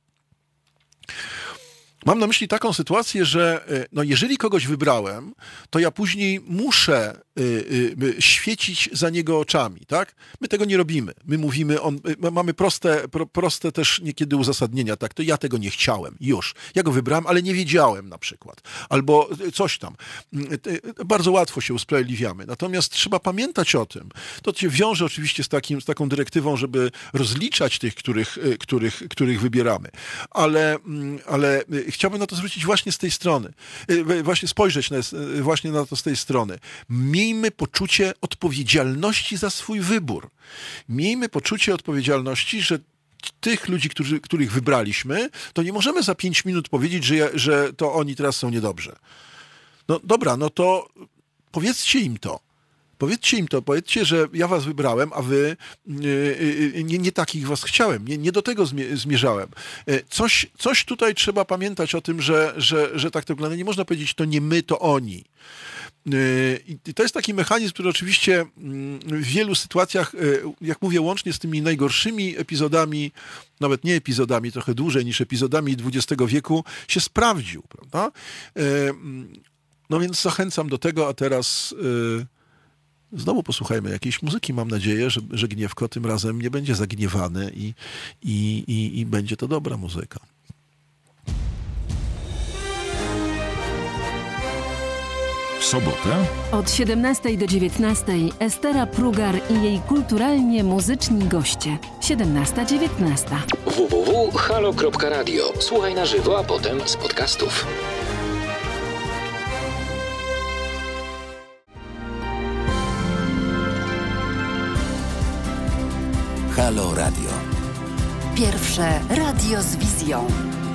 S2: Mam na myśli taką sytuację, że jeżeli kogoś wybrałem, to ja później muszę świecić za niego oczami, tak? My tego nie robimy. My mówimy, mamy proste też niekiedy uzasadnienia, tak? To ja tego nie chciałem, już. Ja go wybrałem, ale nie wiedziałem na przykład. Albo coś tam. Bardzo łatwo się usprawiedliwiamy. Natomiast trzeba pamiętać o tym. To się wiąże oczywiście z taką dyrektywą, żeby rozliczać tych, których wybieramy. Ale chciałbym na to zwrócić właśnie z tej strony. Właśnie spojrzeć właśnie na to z tej strony. Miejmy poczucie odpowiedzialności za swój wybór. Miejmy poczucie odpowiedzialności, że tych ludzi, których wybraliśmy, to nie możemy za 5 minut powiedzieć, że to oni teraz są niedobrzy. No dobra, no to powiedzcie im to. Powiedzcie, że ja was wybrałem, a wy nie takich was chciałem, nie do tego zmierzałem. Coś tutaj trzeba pamiętać o tym, że tak to wygląda. Nie można powiedzieć, to nie my, to oni. I to jest taki mechanizm, który oczywiście w wielu sytuacjach, jak mówię, łącznie z tymi najgorszymi epizodami, nawet nie epizodami, trochę dłużej niż epizodami XX wieku, się sprawdził, prawda? No więc zachęcam do tego, a teraz znowu posłuchajmy jakiejś muzyki. Mam nadzieję, że Gniewko tym razem nie będzie zagniewany i będzie to dobra muzyka.
S6: W sobotę
S7: od 17 do 19 Estera Prugar i jej kulturalnie muzyczni goście. 17-19.
S3: www.halo.radio. Słuchaj na żywo, a potem z podcastów.
S8: Halo Radio. Pierwsze radio z wizją.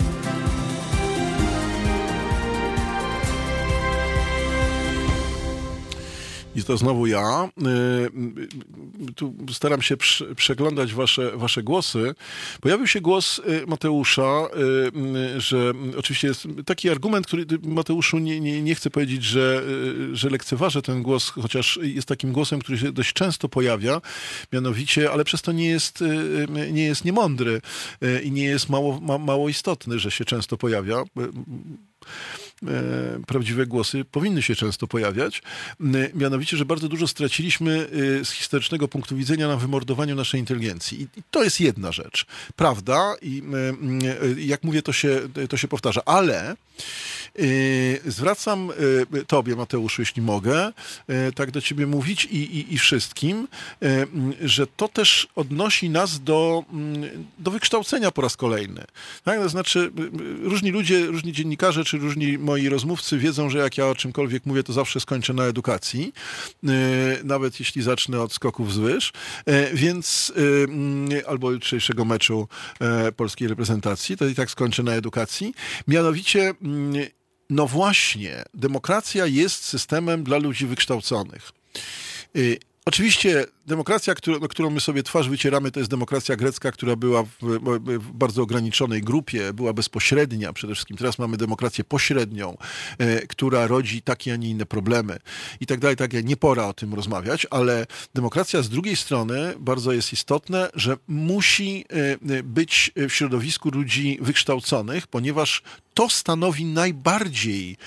S2: I to znowu ja. Tu staram się przeglądać wasze głosy. Pojawił się głos Mateusza, że oczywiście jest taki argument, który Mateuszu nie chcę powiedzieć, że lekceważę ten głos, chociaż jest takim głosem, który się dość często pojawia, mianowicie, ale przez to nie jest niemądry i nie jest mało istotny, że się często pojawia. prawdziwe głosy powinny się często pojawiać. Mianowicie, że bardzo dużo straciliśmy z historycznego punktu widzenia na wymordowaniu naszej inteligencji. I to jest jedna rzecz. Prawda? I jak mówię, to się powtarza. Ale zwracam tobie, Mateuszu, jeśli mogę, tak do ciebie mówić i wszystkim, że to też odnosi nas do wykształcenia po raz kolejny. Tak? To znaczy, różni ludzie, różni dziennikarze, czy różni moi rozmówcy wiedzą, że jak ja o czymkolwiek mówię, to zawsze skończę na edukacji, nawet jeśli zacznę od skoków wzwyż, więc albo jutrzejszego meczu polskiej reprezentacji, to i tak skończę na edukacji. Mianowicie, no właśnie, demokracja jest systemem dla ludzi wykształconych. Oczywiście demokracja, którą my sobie twarz wycieramy, to jest demokracja grecka, która była w bardzo ograniczonej grupie, była bezpośrednia przede wszystkim. Teraz mamy demokrację pośrednią, która rodzi takie, a nie inne problemy i tak dalej. Tak, nie pora o tym rozmawiać, ale demokracja z drugiej strony bardzo jest istotne, że musi być w środowisku ludzi wykształconych, ponieważ to stanowi najbardziej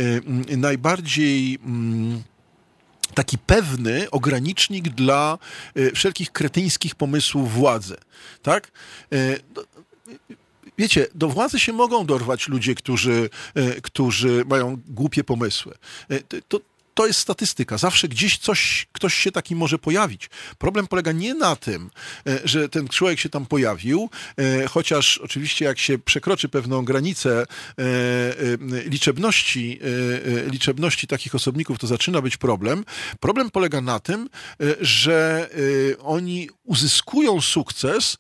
S2: taki pewny ogranicznik dla wszelkich kretyńskich pomysłów władzy. Tak? Wiecie, do władzy się mogą dorwać ludzie, którzy mają głupie pomysły. To jest statystyka. Zawsze gdzieś ktoś się taki może pojawić. Problem polega nie na tym, że ten człowiek się tam pojawił, chociaż oczywiście jak się przekroczy pewną granicę liczebności takich osobników, to zaczyna być problem. Problem polega na tym, że oni uzyskują sukces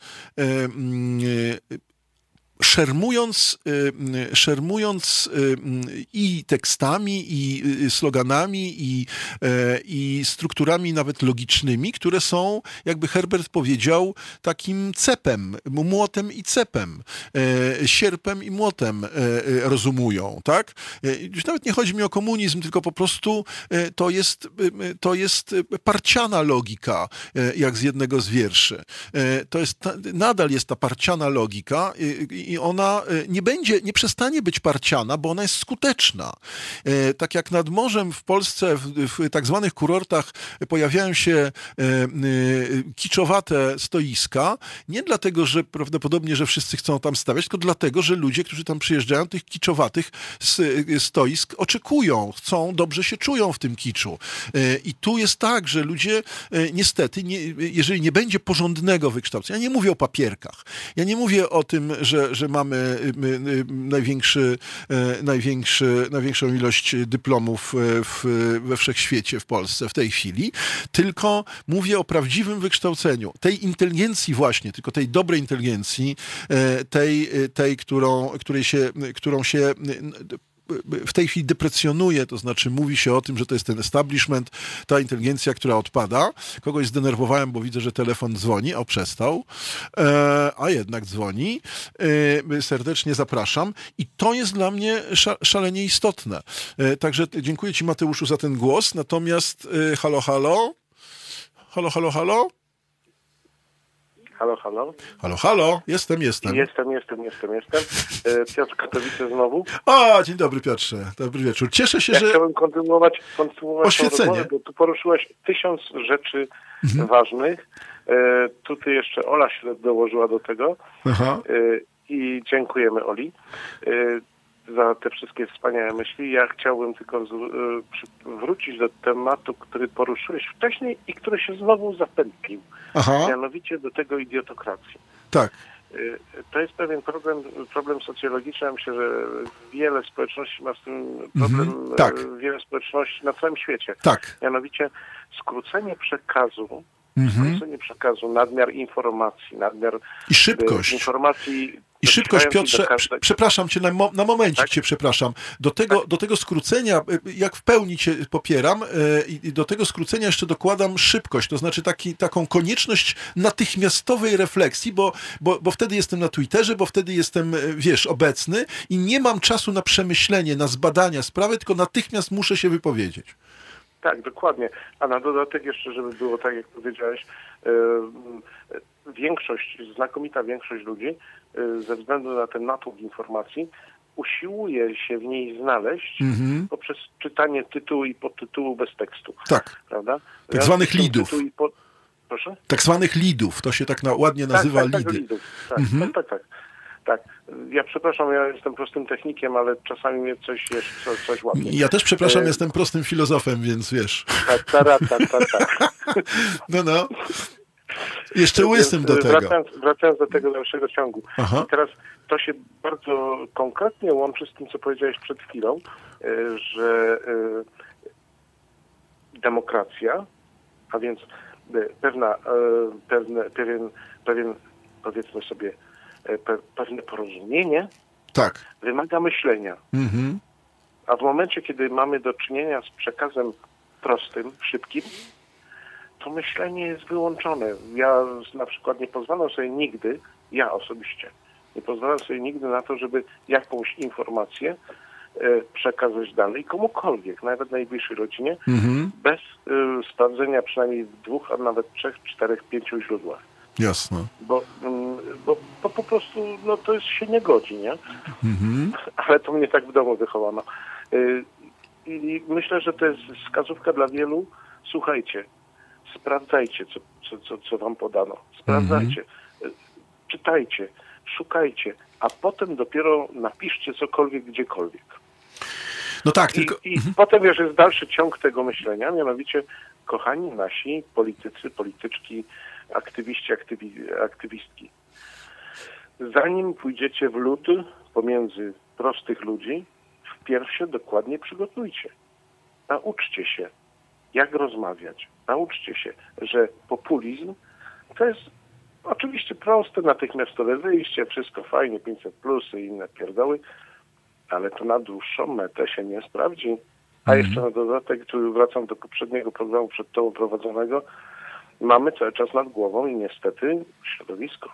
S2: szermując i tekstami, i sloganami, i strukturami nawet logicznymi, które są, jakby Herbert powiedział, takim cepem, młotem i cepem, sierpem i młotem rozumują, tak? Już nawet nie chodzi mi o komunizm, tylko po prostu to jest parciana logika, jak z jednego z wierszy. Nadal jest ta parciana logika i ona nie przestanie być parciana, bo ona jest skuteczna. Tak jak nad morzem w Polsce, w tak zwanych kurortach pojawiają się kiczowate stoiska, nie dlatego, że prawdopodobnie, że wszyscy chcą tam stawiać, tylko dlatego, że ludzie, którzy tam przyjeżdżają, tych kiczowatych stoisk oczekują, dobrze się czują w tym kiczu. I tu jest tak, że ludzie niestety, jeżeli nie będzie porządnego wykształcenia, ja nie mówię o papierkach, ja nie mówię o tym, że mamy największą ilość dyplomów we wszechświecie w Polsce w tej chwili, tylko mówię o prawdziwym wykształceniu. Tej inteligencji właśnie, tylko tej dobrej inteligencji, którą się w tej chwili deprecjonuje, to znaczy mówi się o tym, że to jest ten establishment, ta inteligencja, która odpada. Kogoś zdenerwowałem, bo widzę, że telefon dzwoni, przestał, a jednak dzwoni. Serdecznie zapraszam. I to jest dla mnie szalenie istotne. Także dziękuję ci, Mateuszu, za ten głos. Natomiast halo? Halo? Halo? Jestem.
S4: Piotr Katowice znowu.
S2: Dzień dobry, Piotrze. Dobry wieczór. Cieszę się, że...
S4: Chciałbym kontynuować
S2: oświecenie.
S4: Rozmowę, bo tu poruszyłeś 1000 rzeczy ważnych. Tutaj jeszcze Ola się dołożyła do tego. I dziękujemy Oli za te wszystkie wspaniałe myśli. Ja chciałbym tylko wrócić do tematu, który poruszyłeś wcześniej i który się znowu zapętlił. Mianowicie do tego idiotokracji.
S2: Tak.
S4: To jest pewien problem socjologiczny. Ja myślę, że wiele społeczności ma z tym problem. Wiele społeczności na całym świecie.
S2: Tak.
S4: Mianowicie skrócenie przekazu, nadmiar informacji, nadmiar informacji.
S2: I szybkość, Piotrze, przepraszam cię, na momencik cię przepraszam. Do tego skrócenia, jak w pełni cię popieram, i do tego skrócenia jeszcze dokładam szybkość, to znaczy taką konieczność natychmiastowej refleksji, bo wtedy jestem na Twitterze, bo wtedy jestem, obecny i nie mam czasu na przemyślenie, na zbadania sprawy, tylko natychmiast muszę się wypowiedzieć.
S4: Tak, dokładnie. A na dodatek jeszcze, żeby było tak, jak powiedziałeś, znakomita większość ludzi ze względu na ten natłok informacji usiłuje się w niej znaleźć poprzez czytanie tytułu i podtytułu bez tekstu.
S2: Tak.
S4: Prawda?
S2: Tak zwanych lidów.
S4: Proszę?
S2: Tak zwanych lidów. To się tak ładnie nazywa lidy.
S4: Lidów. Tak. Ja przepraszam, ja jestem prostym technikiem, ale czasami mnie coś łapie.
S2: Ja też przepraszam, jestem prostym filozofem, więc wiesz.
S4: Tak.
S2: No. Jeszcze łysym do tego.
S4: Wracając do tego dalszego ciągu. I teraz to się bardzo konkretnie łączy z tym, co powiedziałeś przed chwilą, że demokracja, a więc pewien powiedzmy sobie, pewne porozumienie wymaga myślenia. A w momencie, kiedy mamy do czynienia z przekazem prostym, szybkim, to myślenie jest wyłączone. Ja na przykład nie pozwalam sobie nigdy, ja osobiście, nie pozwalam sobie nigdy na to, żeby jakąś informację przekazać dalej komukolwiek, nawet najbliższej rodzinie, bez sprawdzenia przynajmniej w 2, a nawet 3, 4, 5 źródłach.
S2: Jasne.
S4: Bo po prostu to się nie godzi, nie? Ale to mnie tak w domu wychowano. I myślę, że to jest wskazówka dla wielu. Słuchajcie, sprawdzajcie, co wam podano. Sprawdzajcie, czytajcie, szukajcie, a potem dopiero napiszcie cokolwiek, gdziekolwiek.
S2: No tak, tylko...
S4: I potem już jest dalszy ciąg tego myślenia, mianowicie kochani nasi politycy, polityczki, aktywiści, aktywistki. Zanim pójdziecie w lód pomiędzy prostych ludzi, wpierw się dokładnie przygotujcie. Nauczcie się, jak rozmawiać. Nauczcie się, że populizm to jest oczywiście proste, natychmiastowe wyjście, wszystko fajnie, 500+ i inne pierdoły, ale to na dłuższą metę się nie sprawdzi. A jeszcze na dodatek, tu wracam do poprzedniego programu przed tobą prowadzonego, mamy cały czas nad głową i niestety środowisko.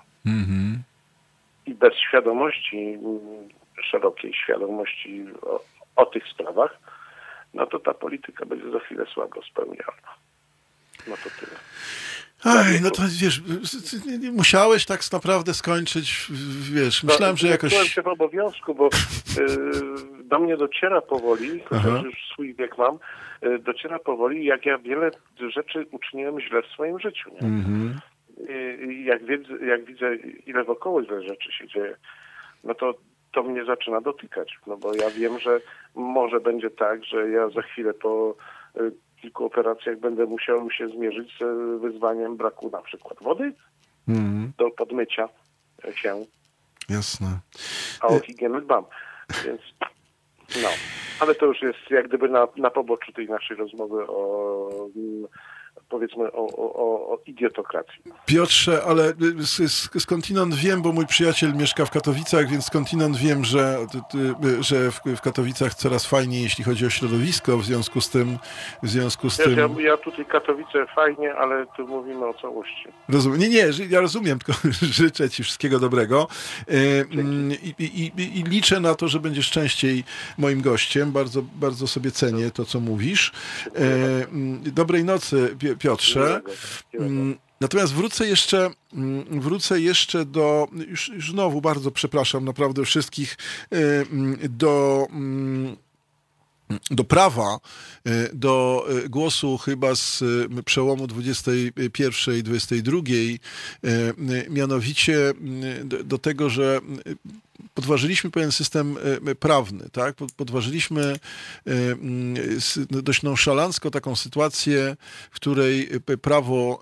S4: I bez świadomości, szerokiej świadomości o tych sprawach, no to ta polityka będzie za chwilę słabo spełnialna. No to tyle.
S2: No to wiesz, musiałeś tak naprawdę skończyć, wiesz, myślałem, że jakoś...
S4: Czułem się w obowiązku, bo do mnie dociera powoli, chociaż już swój wiek mam, dociera powoli, jak ja wiele rzeczy uczyniłem źle w swoim życiu. Nie? Jak widzę, ile wokoło źle rzeczy się dzieje, no to mnie zaczyna dotykać, no bo ja wiem, że może będzie tak, że ja za chwilę po kilku operacjach będę musiał się zmierzyć z wyzwaniem braku na przykład wody do podmycia się.
S2: Jasne.
S4: A o higienę dbam. Więc ale to już jest jak gdyby na poboczu tej naszej rozmowy o powiedzmy o idiotokracji.
S2: Piotrze, ale skądinąd wiem, bo mój przyjaciel mieszka w Katowicach, więc skądinąd wiem, że w Katowicach coraz fajniej, jeśli chodzi o środowisko, w związku z tym...
S4: Ja tutaj Katowice fajnie, ale tu mówimy o całości.
S2: Rozumiem. Nie, ja rozumiem, tylko życzę ci wszystkiego dobrego i liczę na to, że będziesz częściej moim gościem. Bardzo, bardzo sobie cenię to, co mówisz. Dobrej nocy, Piotrze. Natomiast wrócę jeszcze do, już znowu bardzo przepraszam naprawdę wszystkich, do prawa, do głosu chyba z przełomu 21 i 22, mianowicie do tego, że podważyliśmy pewien system prawny, tak? Podważyliśmy dość nonszalancko taką sytuację, w której prawo,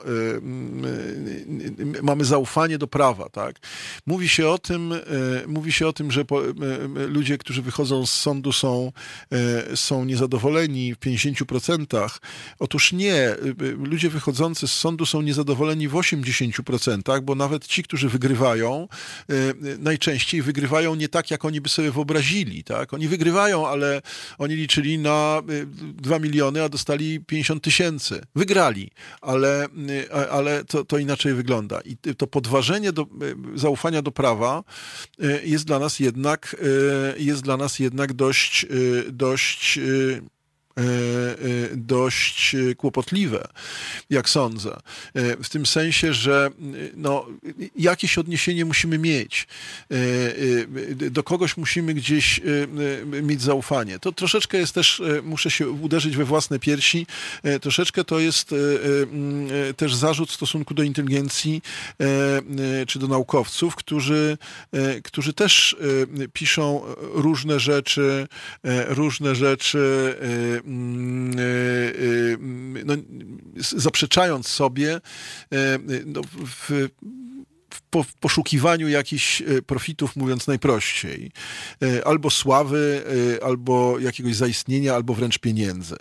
S2: mamy zaufanie do prawa, tak? Mówi się o tym, że ludzie, którzy wychodzą z sądu są niezadowoleni w 50%. Otóż nie. Ludzie wychodzący z sądu są niezadowoleni w 80%, bo nawet ci, którzy wygrywają, najczęściej wygrywają nie tak, jak oni by sobie wyobrazili. Tak? Oni wygrywają, ale oni liczyli na 2 miliony, a dostali 50 000. Wygrali, ale to inaczej wygląda. I to podważenie zaufania do prawa jest dla nas jednak dość dość kłopotliwe, jak sądzę. W tym sensie, że no, jakieś odniesienie musimy mieć. Do kogoś musimy gdzieś mieć zaufanie. To troszeczkę jest też, muszę się uderzyć we własne piersi, troszeczkę to jest też zarzut w stosunku do inteligencji czy do naukowców, którzy też piszą różne rzeczy, no, zaprzeczając sobie no, w poszukiwaniu jakichś profitów, mówiąc najprościej. Albo sławy, albo jakiegoś zaistnienia, albo wręcz pieniędzy.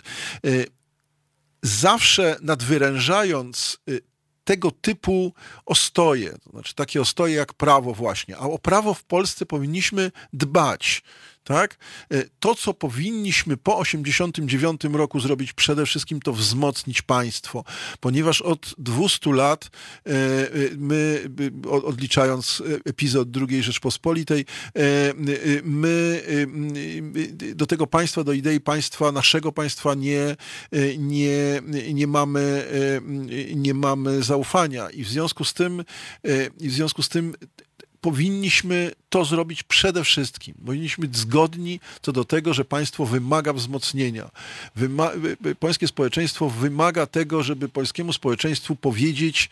S2: Zawsze nadwyrężając tego typu ostoje, to znaczy takie ostoje jak prawo właśnie, a o prawo w Polsce powinniśmy dbać. Tak? To, co powinniśmy po 1989 roku zrobić przede wszystkim, to wzmocnić państwo, ponieważ od 200 lat my, odliczając epizod II Rzeczpospolitej, my do tego państwa, do idei państwa, naszego państwa nie mamy zaufania i w związku z tym powinniśmy to zrobić przede wszystkim. Powinniśmy być zgodni co do tego, że państwo wymaga wzmocnienia. Polskie społeczeństwo wymaga tego, żeby polskiemu społeczeństwu powiedzieć,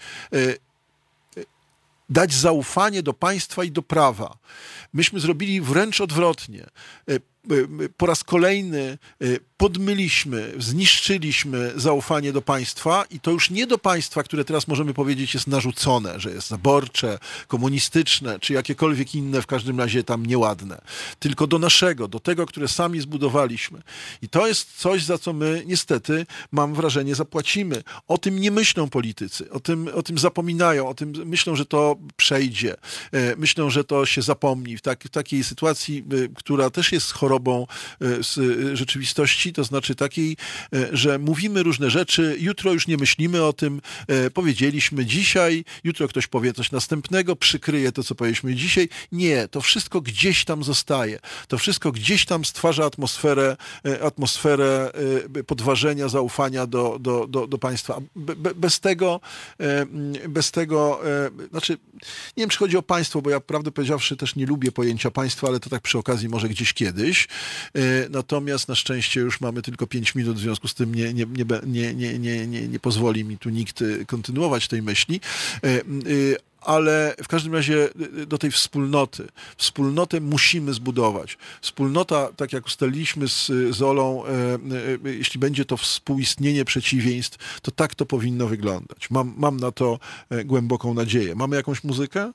S2: dać zaufanie do państwa i do prawa. Myśmy zrobili wręcz odwrotnie. Po raz kolejny podmyliśmy, zniszczyliśmy zaufanie do państwa i to już nie do państwa, które teraz możemy powiedzieć jest narzucone, że jest zaborcze, komunistyczne, czy jakiekolwiek inne, w każdym razie tam nieładne, tylko do naszego, do tego, które sami zbudowaliśmy. I to jest coś, za co my niestety, mam wrażenie, zapłacimy. O tym nie myślą politycy, o tym zapominają, myślą, że to przejdzie, myślą, że to się zapomni. W takiej sytuacji, która też jest chorobą z rzeczywistości, to znaczy takiej, że mówimy różne rzeczy, jutro już nie myślimy o tym, powiedzieliśmy dzisiaj, jutro ktoś powie coś następnego, przykryje to, co powiedzieliśmy dzisiaj. Nie, to wszystko gdzieś tam zostaje. To wszystko gdzieś tam stwarza atmosferę podważenia, zaufania do państwa. Bez tego, znaczy, nie wiem, czy chodzi o państwo, bo ja prawdę powiedziawszy też nie lubię pojęcia państwa, ale to tak przy okazji może gdzieś kiedyś. Natomiast na szczęście już mamy tylko 5 minut, w związku z tym nie pozwoli mi tu nikt kontynuować tej myśli. Ale w każdym razie do tej wspólnotę musimy zbudować. Wspólnota, tak jak ustaliliśmy z Olą, jeśli będzie to współistnienie przeciwieństw, to tak to powinno wyglądać. Mam na to głęboką nadzieję. Mamy jakąś muzykę?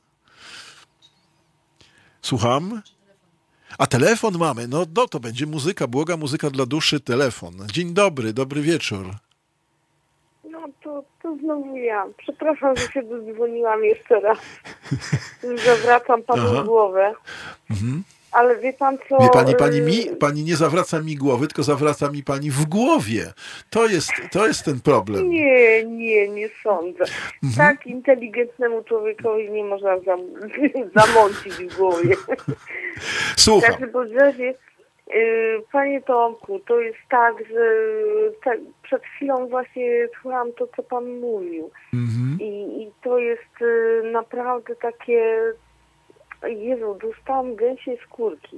S2: Słucham? A telefon mamy. No to będzie muzyka, błoga muzyka dla duszy, telefon. Dzień dobry, dobry wieczór.
S15: No to znowu ja. Przepraszam, że się dodzwoniłam jeszcze raz. Zawracam panu głowę. Mhm. Ale wie pan co...
S2: Wie pani nie zawraca mi głowy, tylko zawraca mi pani w głowie. To jest ten problem.
S15: Nie sądzę. Mhm. Tak inteligentnemu człowiekowi nie można zamącić w głowie.
S2: Słucham.
S15: W każdym razie, panie Tomku, to jest tak, że przed chwilą właśnie słuchałam to, co pan mówił. Mhm. I to jest naprawdę takie... Jezu, dostałam gęsiej skórki.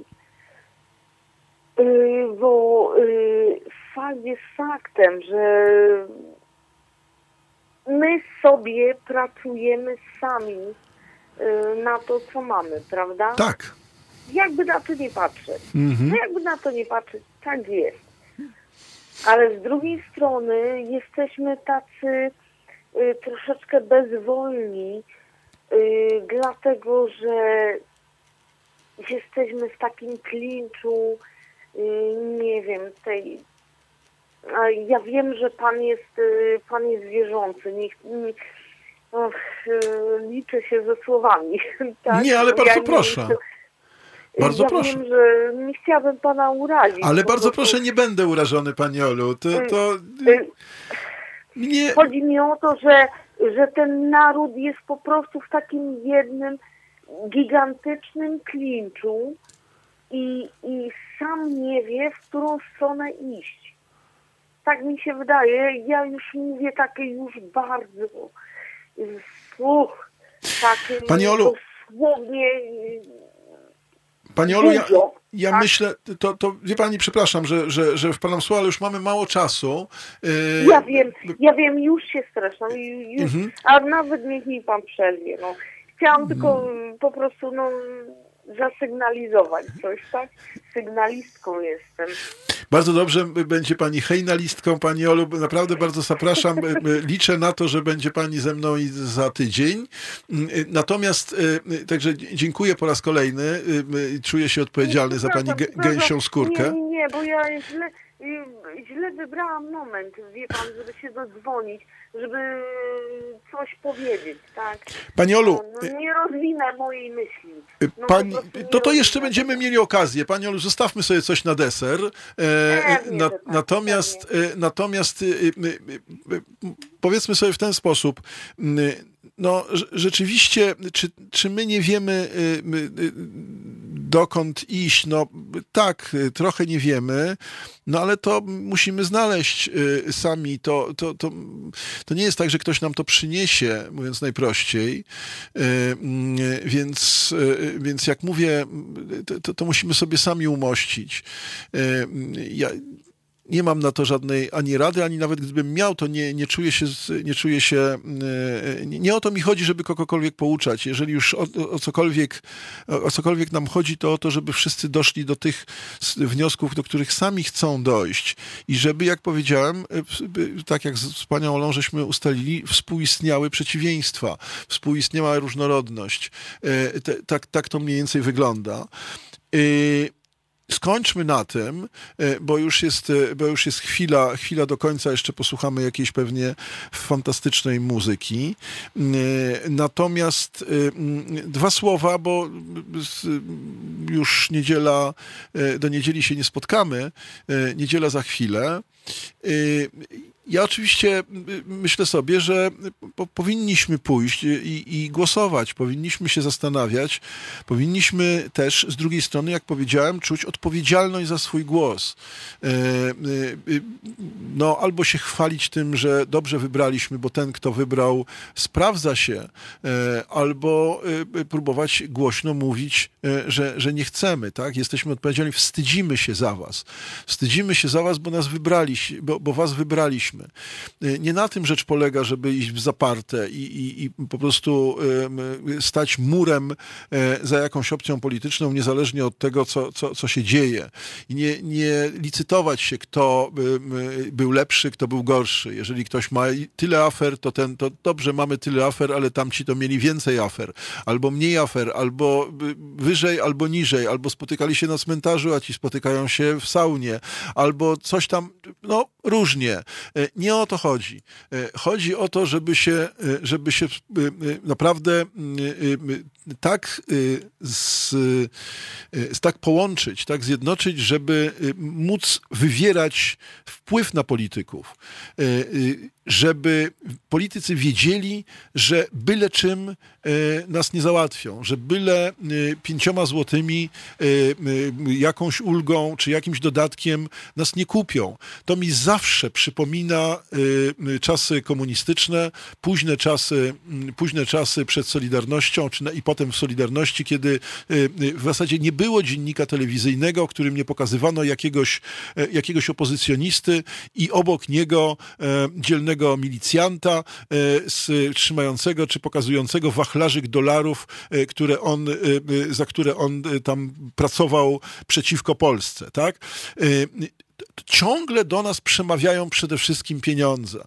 S15: Bo fakt jest faktem, że my sobie pracujemy sami na to, co mamy, prawda?
S2: Tak.
S15: Jakby na to nie patrzeć. No jakby na to nie patrzeć, tak jest. Ale z drugiej strony jesteśmy tacy troszeczkę bezwolni, dlatego, że jesteśmy w takim klinczu, nie wiem, ja wiem, że pan jest wierzący, liczę się ze słowami. Tak?
S2: Nie, ale bardzo proszę. Bardzo proszę.
S15: Wiem, że nie chciałabym pana urazić.
S2: Ale bardzo proszę, nie będę urażony, pani Olu.
S15: Chodzi mi o to, że ten naród jest po prostu w takim jednym gigantycznym klinczu i sam nie wie, w którą stronę iść. tak mi się wydaje. Ja już mówię takie już bardzo takie
S2: Pani Olu,
S15: dosłownie
S2: Pani Olu, ja myślę, to wie Pani, przepraszam, że wpadam w słowo, ale już mamy mało czasu.
S15: Ja wiem, już się streszam, a nawet niech mi Pan przerwie. No. Chciałam tylko po prostu zasygnalizować coś, tak? Sygnalistką jestem.
S2: Bardzo dobrze, będzie Pani hejnalistką, Pani Olu, naprawdę bardzo zapraszam. Liczę na to, że będzie Pani ze mną i za tydzień. Natomiast, także dziękuję po raz kolejny. Czuję się odpowiedzialny za Pani gęsią skórkę.
S15: Nie, bo ja źle wybrałam moment, wie Pan, żeby się dodzwonić, żeby coś powiedzieć, tak?
S2: Pani Olu...
S15: nie rozwinę mojej myśli.
S2: To jeszcze będziemy mieli okazję. Pani Olu, zostawmy sobie coś na deser. Natomiast powiedzmy sobie w ten sposób, rzeczywiście, czy my nie wiemy, dokąd iść? No tak, trochę nie wiemy, ale to musimy znaleźć sami. To nie jest tak, że ktoś nam to przyniesie, mówiąc najprościej. Więc jak mówię, to musimy sobie sami umościć. Ja nie mam na to żadnej ani rady, ani nawet gdybym miał, to nie czuję się, nie o to mi chodzi, żeby kogokolwiek pouczać. Jeżeli już o cokolwiek nam chodzi, to o to, żeby wszyscy doszli do tych wniosków, do których sami chcą dojść. I żeby, jak powiedziałem, tak jak z panią Olą żeśmy ustalili, współistniały przeciwieństwa, współistniała różnorodność. Tak to mniej więcej wygląda. Skończmy na tym, bo już jest chwila do końca, jeszcze posłuchamy jakiejś pewnie fantastycznej muzyki. Natomiast dwa słowa, bo już do niedzieli się nie spotkamy, niedziela za chwilę. Ja oczywiście myślę sobie, że powinniśmy pójść i głosować, powinniśmy się zastanawiać, powinniśmy też z drugiej strony, jak powiedziałem, czuć odpowiedzialność za swój głos. Albo się chwalić tym, że dobrze wybraliśmy, bo ten, kto wybrał, sprawdza się, albo próbować głośno mówić, że nie chcemy, tak? Jesteśmy odpowiedzialni, wstydzimy się za was. Wstydzimy się za was, bo nas wybraliście, bo was wybraliśmy. Nie na tym rzecz polega, żeby iść w zaparte i po prostu stać murem za jakąś opcją polityczną, niezależnie od tego, co się dzieje. I nie licytować się, kto był lepszy, kto był gorszy. Jeżeli ktoś ma tyle afer, to dobrze, mamy tyle afer, ale tamci to mieli więcej afer. Albo mniej afer, albo wyżej, albo niżej. Albo spotykali się na cmentarzu, a ci spotykają się w saunie. Albo coś tam, różnie. Nie o to chodzi. Chodzi o to, żeby się naprawdę tak połączyć, tak zjednoczyć, żeby móc wywierać wpływ na polityków. Żeby politycy wiedzieli, że byle czym nas nie załatwią, że byle 5 złotymi, jakąś ulgą czy jakimś dodatkiem nas nie kupią. To mi zawsze przypomina czasy komunistyczne, późne czasy przed Solidarnością i potem w Solidarności, kiedy w zasadzie nie było dziennika telewizyjnego, którym nie pokazywano jakiegoś opozycjonisty i obok niego dzielnego milicjanta trzymającego czy pokazującego wachlarzyk dolarów, za które on tam pracował przeciwko Polsce, tak? Ciągle do nas przemawiają przede wszystkim pieniądze.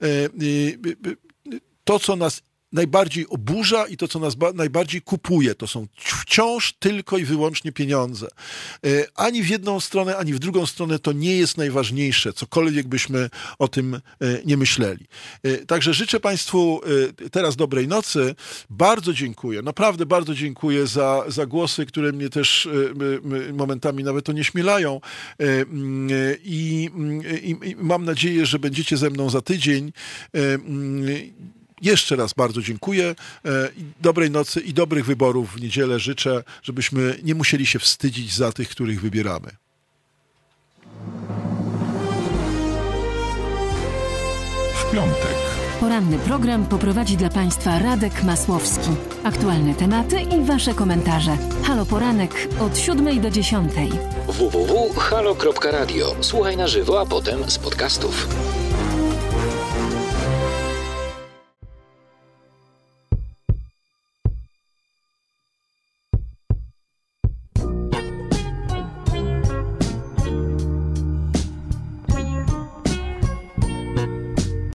S2: To, co nas najbardziej oburza i to, co nas najbardziej kupuje, to są wciąż tylko i wyłącznie pieniądze. Ani w jedną stronę, ani w drugą stronę to nie jest najważniejsze, cokolwiek byśmy o tym nie myśleli. Także życzę Państwu teraz dobrej nocy. Bardzo dziękuję, naprawdę bardzo dziękuję za głosy, które mnie też momentami nawet onieśmielają i mam nadzieję, że będziecie ze mną za tydzień. Jeszcze raz bardzo dziękuję. Dobrej nocy i dobrych wyborów w niedzielę życzę, żebyśmy nie musieli się wstydzić za tych, których wybieramy.
S6: w piątek.
S7: Poranny program poprowadzi dla Państwa Radek Masłowski. Aktualne tematy i Wasze komentarze. Halo Poranek od 7 do 10.
S3: www.halo.radio. Słuchaj na żywo, a potem z podcastów.